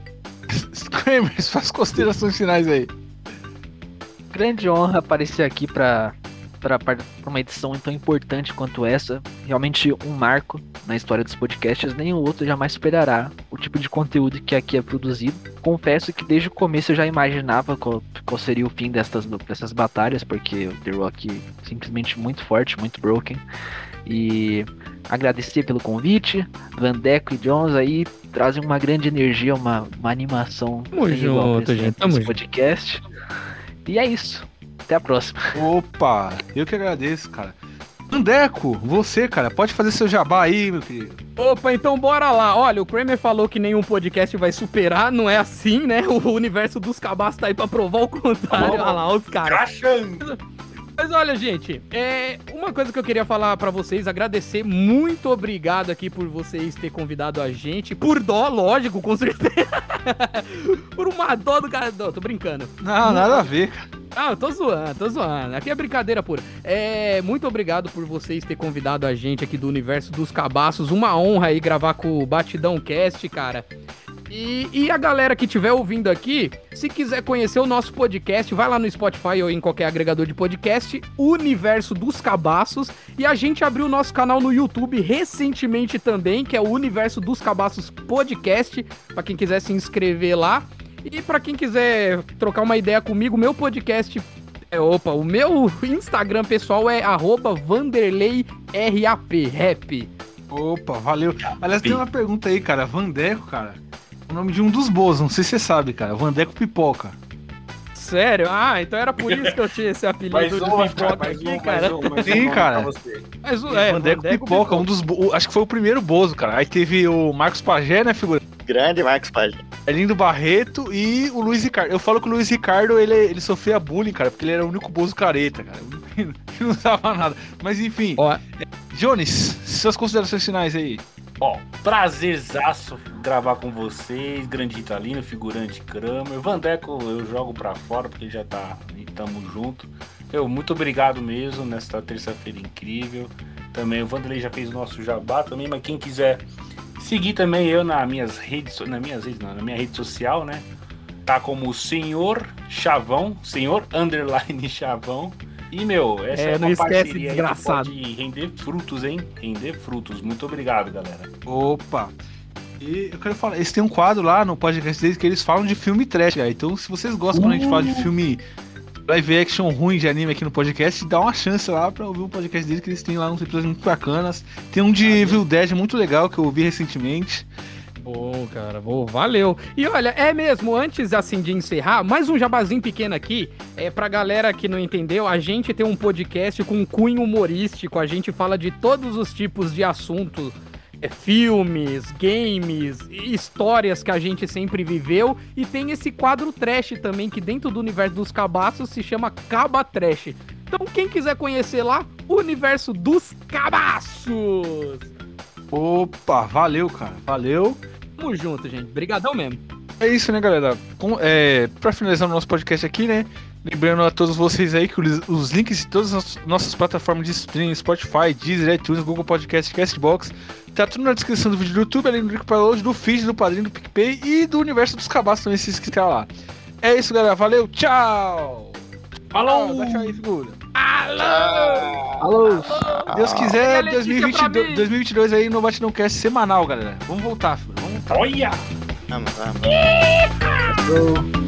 Kramer, faz considerações finais aí. Grande honra aparecer aqui pra, pra, pra uma edição tão importante quanto essa. Realmente um marco na história dos podcasts. Nenhum outro jamais superará o tipo de conteúdo que aqui é produzido. Confesso que desde o começo eu já imaginava qual, qual seria o fim destas, dessas batalhas, porque o The Rock é simplesmente muito forte, muito broken. E agradecer pelo convite. Vandeco e Jones aí trazem uma grande energia, uma, uma animação. Tamo sem igual junto, pra esse- gente, pra esse tamo junto. podcast. E é isso. Até a próxima. Opa, eu que agradeço, cara. Andeco, você, cara, pode fazer seu jabá aí, meu querido. Opa, então bora lá. Olha, o Kramer falou que nenhum podcast vai superar, não é assim, né? O universo dos cabaços tá aí pra provar o contrário. Olha lá, os caras. Crachando! Mas olha, gente, é uma coisa que eu queria falar pra vocês, agradecer, muito obrigado aqui por vocês terem convidado a gente, por dó, lógico, com certeza, por uma dó do cara, não, tô brincando. Não, nada a ver, cara. Ah, eu tô zoando, tô zoando, aqui é brincadeira pura. É, muito obrigado por vocês terem convidado a gente aqui do Universo dos Cabaços, uma honra aí gravar com o Batidão Cast, cara. E, e a galera que estiver ouvindo aqui, se quiser conhecer o nosso podcast, vai lá no Spotify ou em qualquer agregador de podcast, Universo dos Cabaços. E a gente abriu o nosso canal no YouTube recentemente também, que é o Universo dos Cabaços Podcast, pra quem quiser se inscrever lá. E pra quem quiser trocar uma ideia comigo, meu podcast... É, opa, o meu Instagram pessoal é arroba vanderlei rap, rap. Opa, valeu. Aliás, tem uma pergunta aí, cara. Vandeco, cara, é o nome de um dos boas, não sei se você sabe, cara. Vandeco Pipoca. Sério? Ah, então era por isso que eu tinha esse apelido Mais do uma, Pipoca cara, mais aqui, um, cara. mais um, mais um Sim, nome cara. pra você. Mas o é, Vandeco, Pipoca, um dos. bo- Acho que foi o primeiro Bozo, cara. Aí teve o Marcos Pagé, né, figura? Grande Marcos Paz. Lindo Barreto e o Luiz Ricardo. Eu falo que o Luiz Ricardo, ele, ele sofria bullying, cara, porque ele era o único Bozo careta, cara. Ele não usava nada. Mas enfim. Ó, Jones, suas considerações finais aí. Ó, prazerzaço gravar com vocês, grande Italino, figurante Kramer. Vandeco eu jogo pra fora porque já tá, e tamo junto. Eu, muito obrigado mesmo nesta terça-feira incrível. Também o Vanderlei já fez o nosso jabá também, mas quem quiser seguir também eu nas minhas redes, nas minhas redes não, na minha rede social, né? Tá como Senhor Chavão, Senhor Underline Chavão. E, meu, essa É, é, não uma esquece, parceria aí que desgraçado. pode render frutos, hein? Render frutos. Muito obrigado, galera. Opa! E eu quero falar, eles têm um quadro lá no podcast deles que eles falam de filme trash, cara. Então, se vocês gostam quando a gente fala de filme live action ruim de anime aqui no podcast, dá uma chance lá pra ouvir o podcast deles, que eles têm lá uns episódios muito bacanas. Tem um de Evil Dead muito legal que eu ouvi recentemente. bom, cara, bom, valeu. E olha, é mesmo, antes assim de encerrar, mais um jabazinho pequeno aqui, é pra galera que não entendeu, a gente tem um podcast com um cunho humorístico, a gente fala de todos os tipos de assuntos, é, filmes, games, histórias que a gente sempre viveu, e tem esse quadro trash também, que dentro do universo dos cabaços se chama Caba Trash. Então quem quiser conhecer lá, o universo dos cabaços. Opa, valeu, cara, valeu. Tamo junto, gente. Brigadão mesmo. É isso, né, galera? Com, é, pra finalizar o nosso podcast aqui, né? Lembrando a todos vocês aí que os, os links de todas as nossas plataformas de streaming, Spotify, Deezer, iTunes, Google Podcast, Castbox, tá tudo na descrição do vídeo do YouTube, além do link para download do feed, do Padrinho, do PicPay e do Universo dos Cabaços também, se inscrever lá. É isso, galera. Valeu, tchau! Falou! Dá tchau aí, figura. Alô! Deus quiser, Olha a dois mil e vinte e dois, Letícia pra mim. dois mil e vinte e dois aí no Batidão Cast semanal, galera. Vamos voltar, figura. Vamos voltar. Olha! Vamos, vamos. Alô.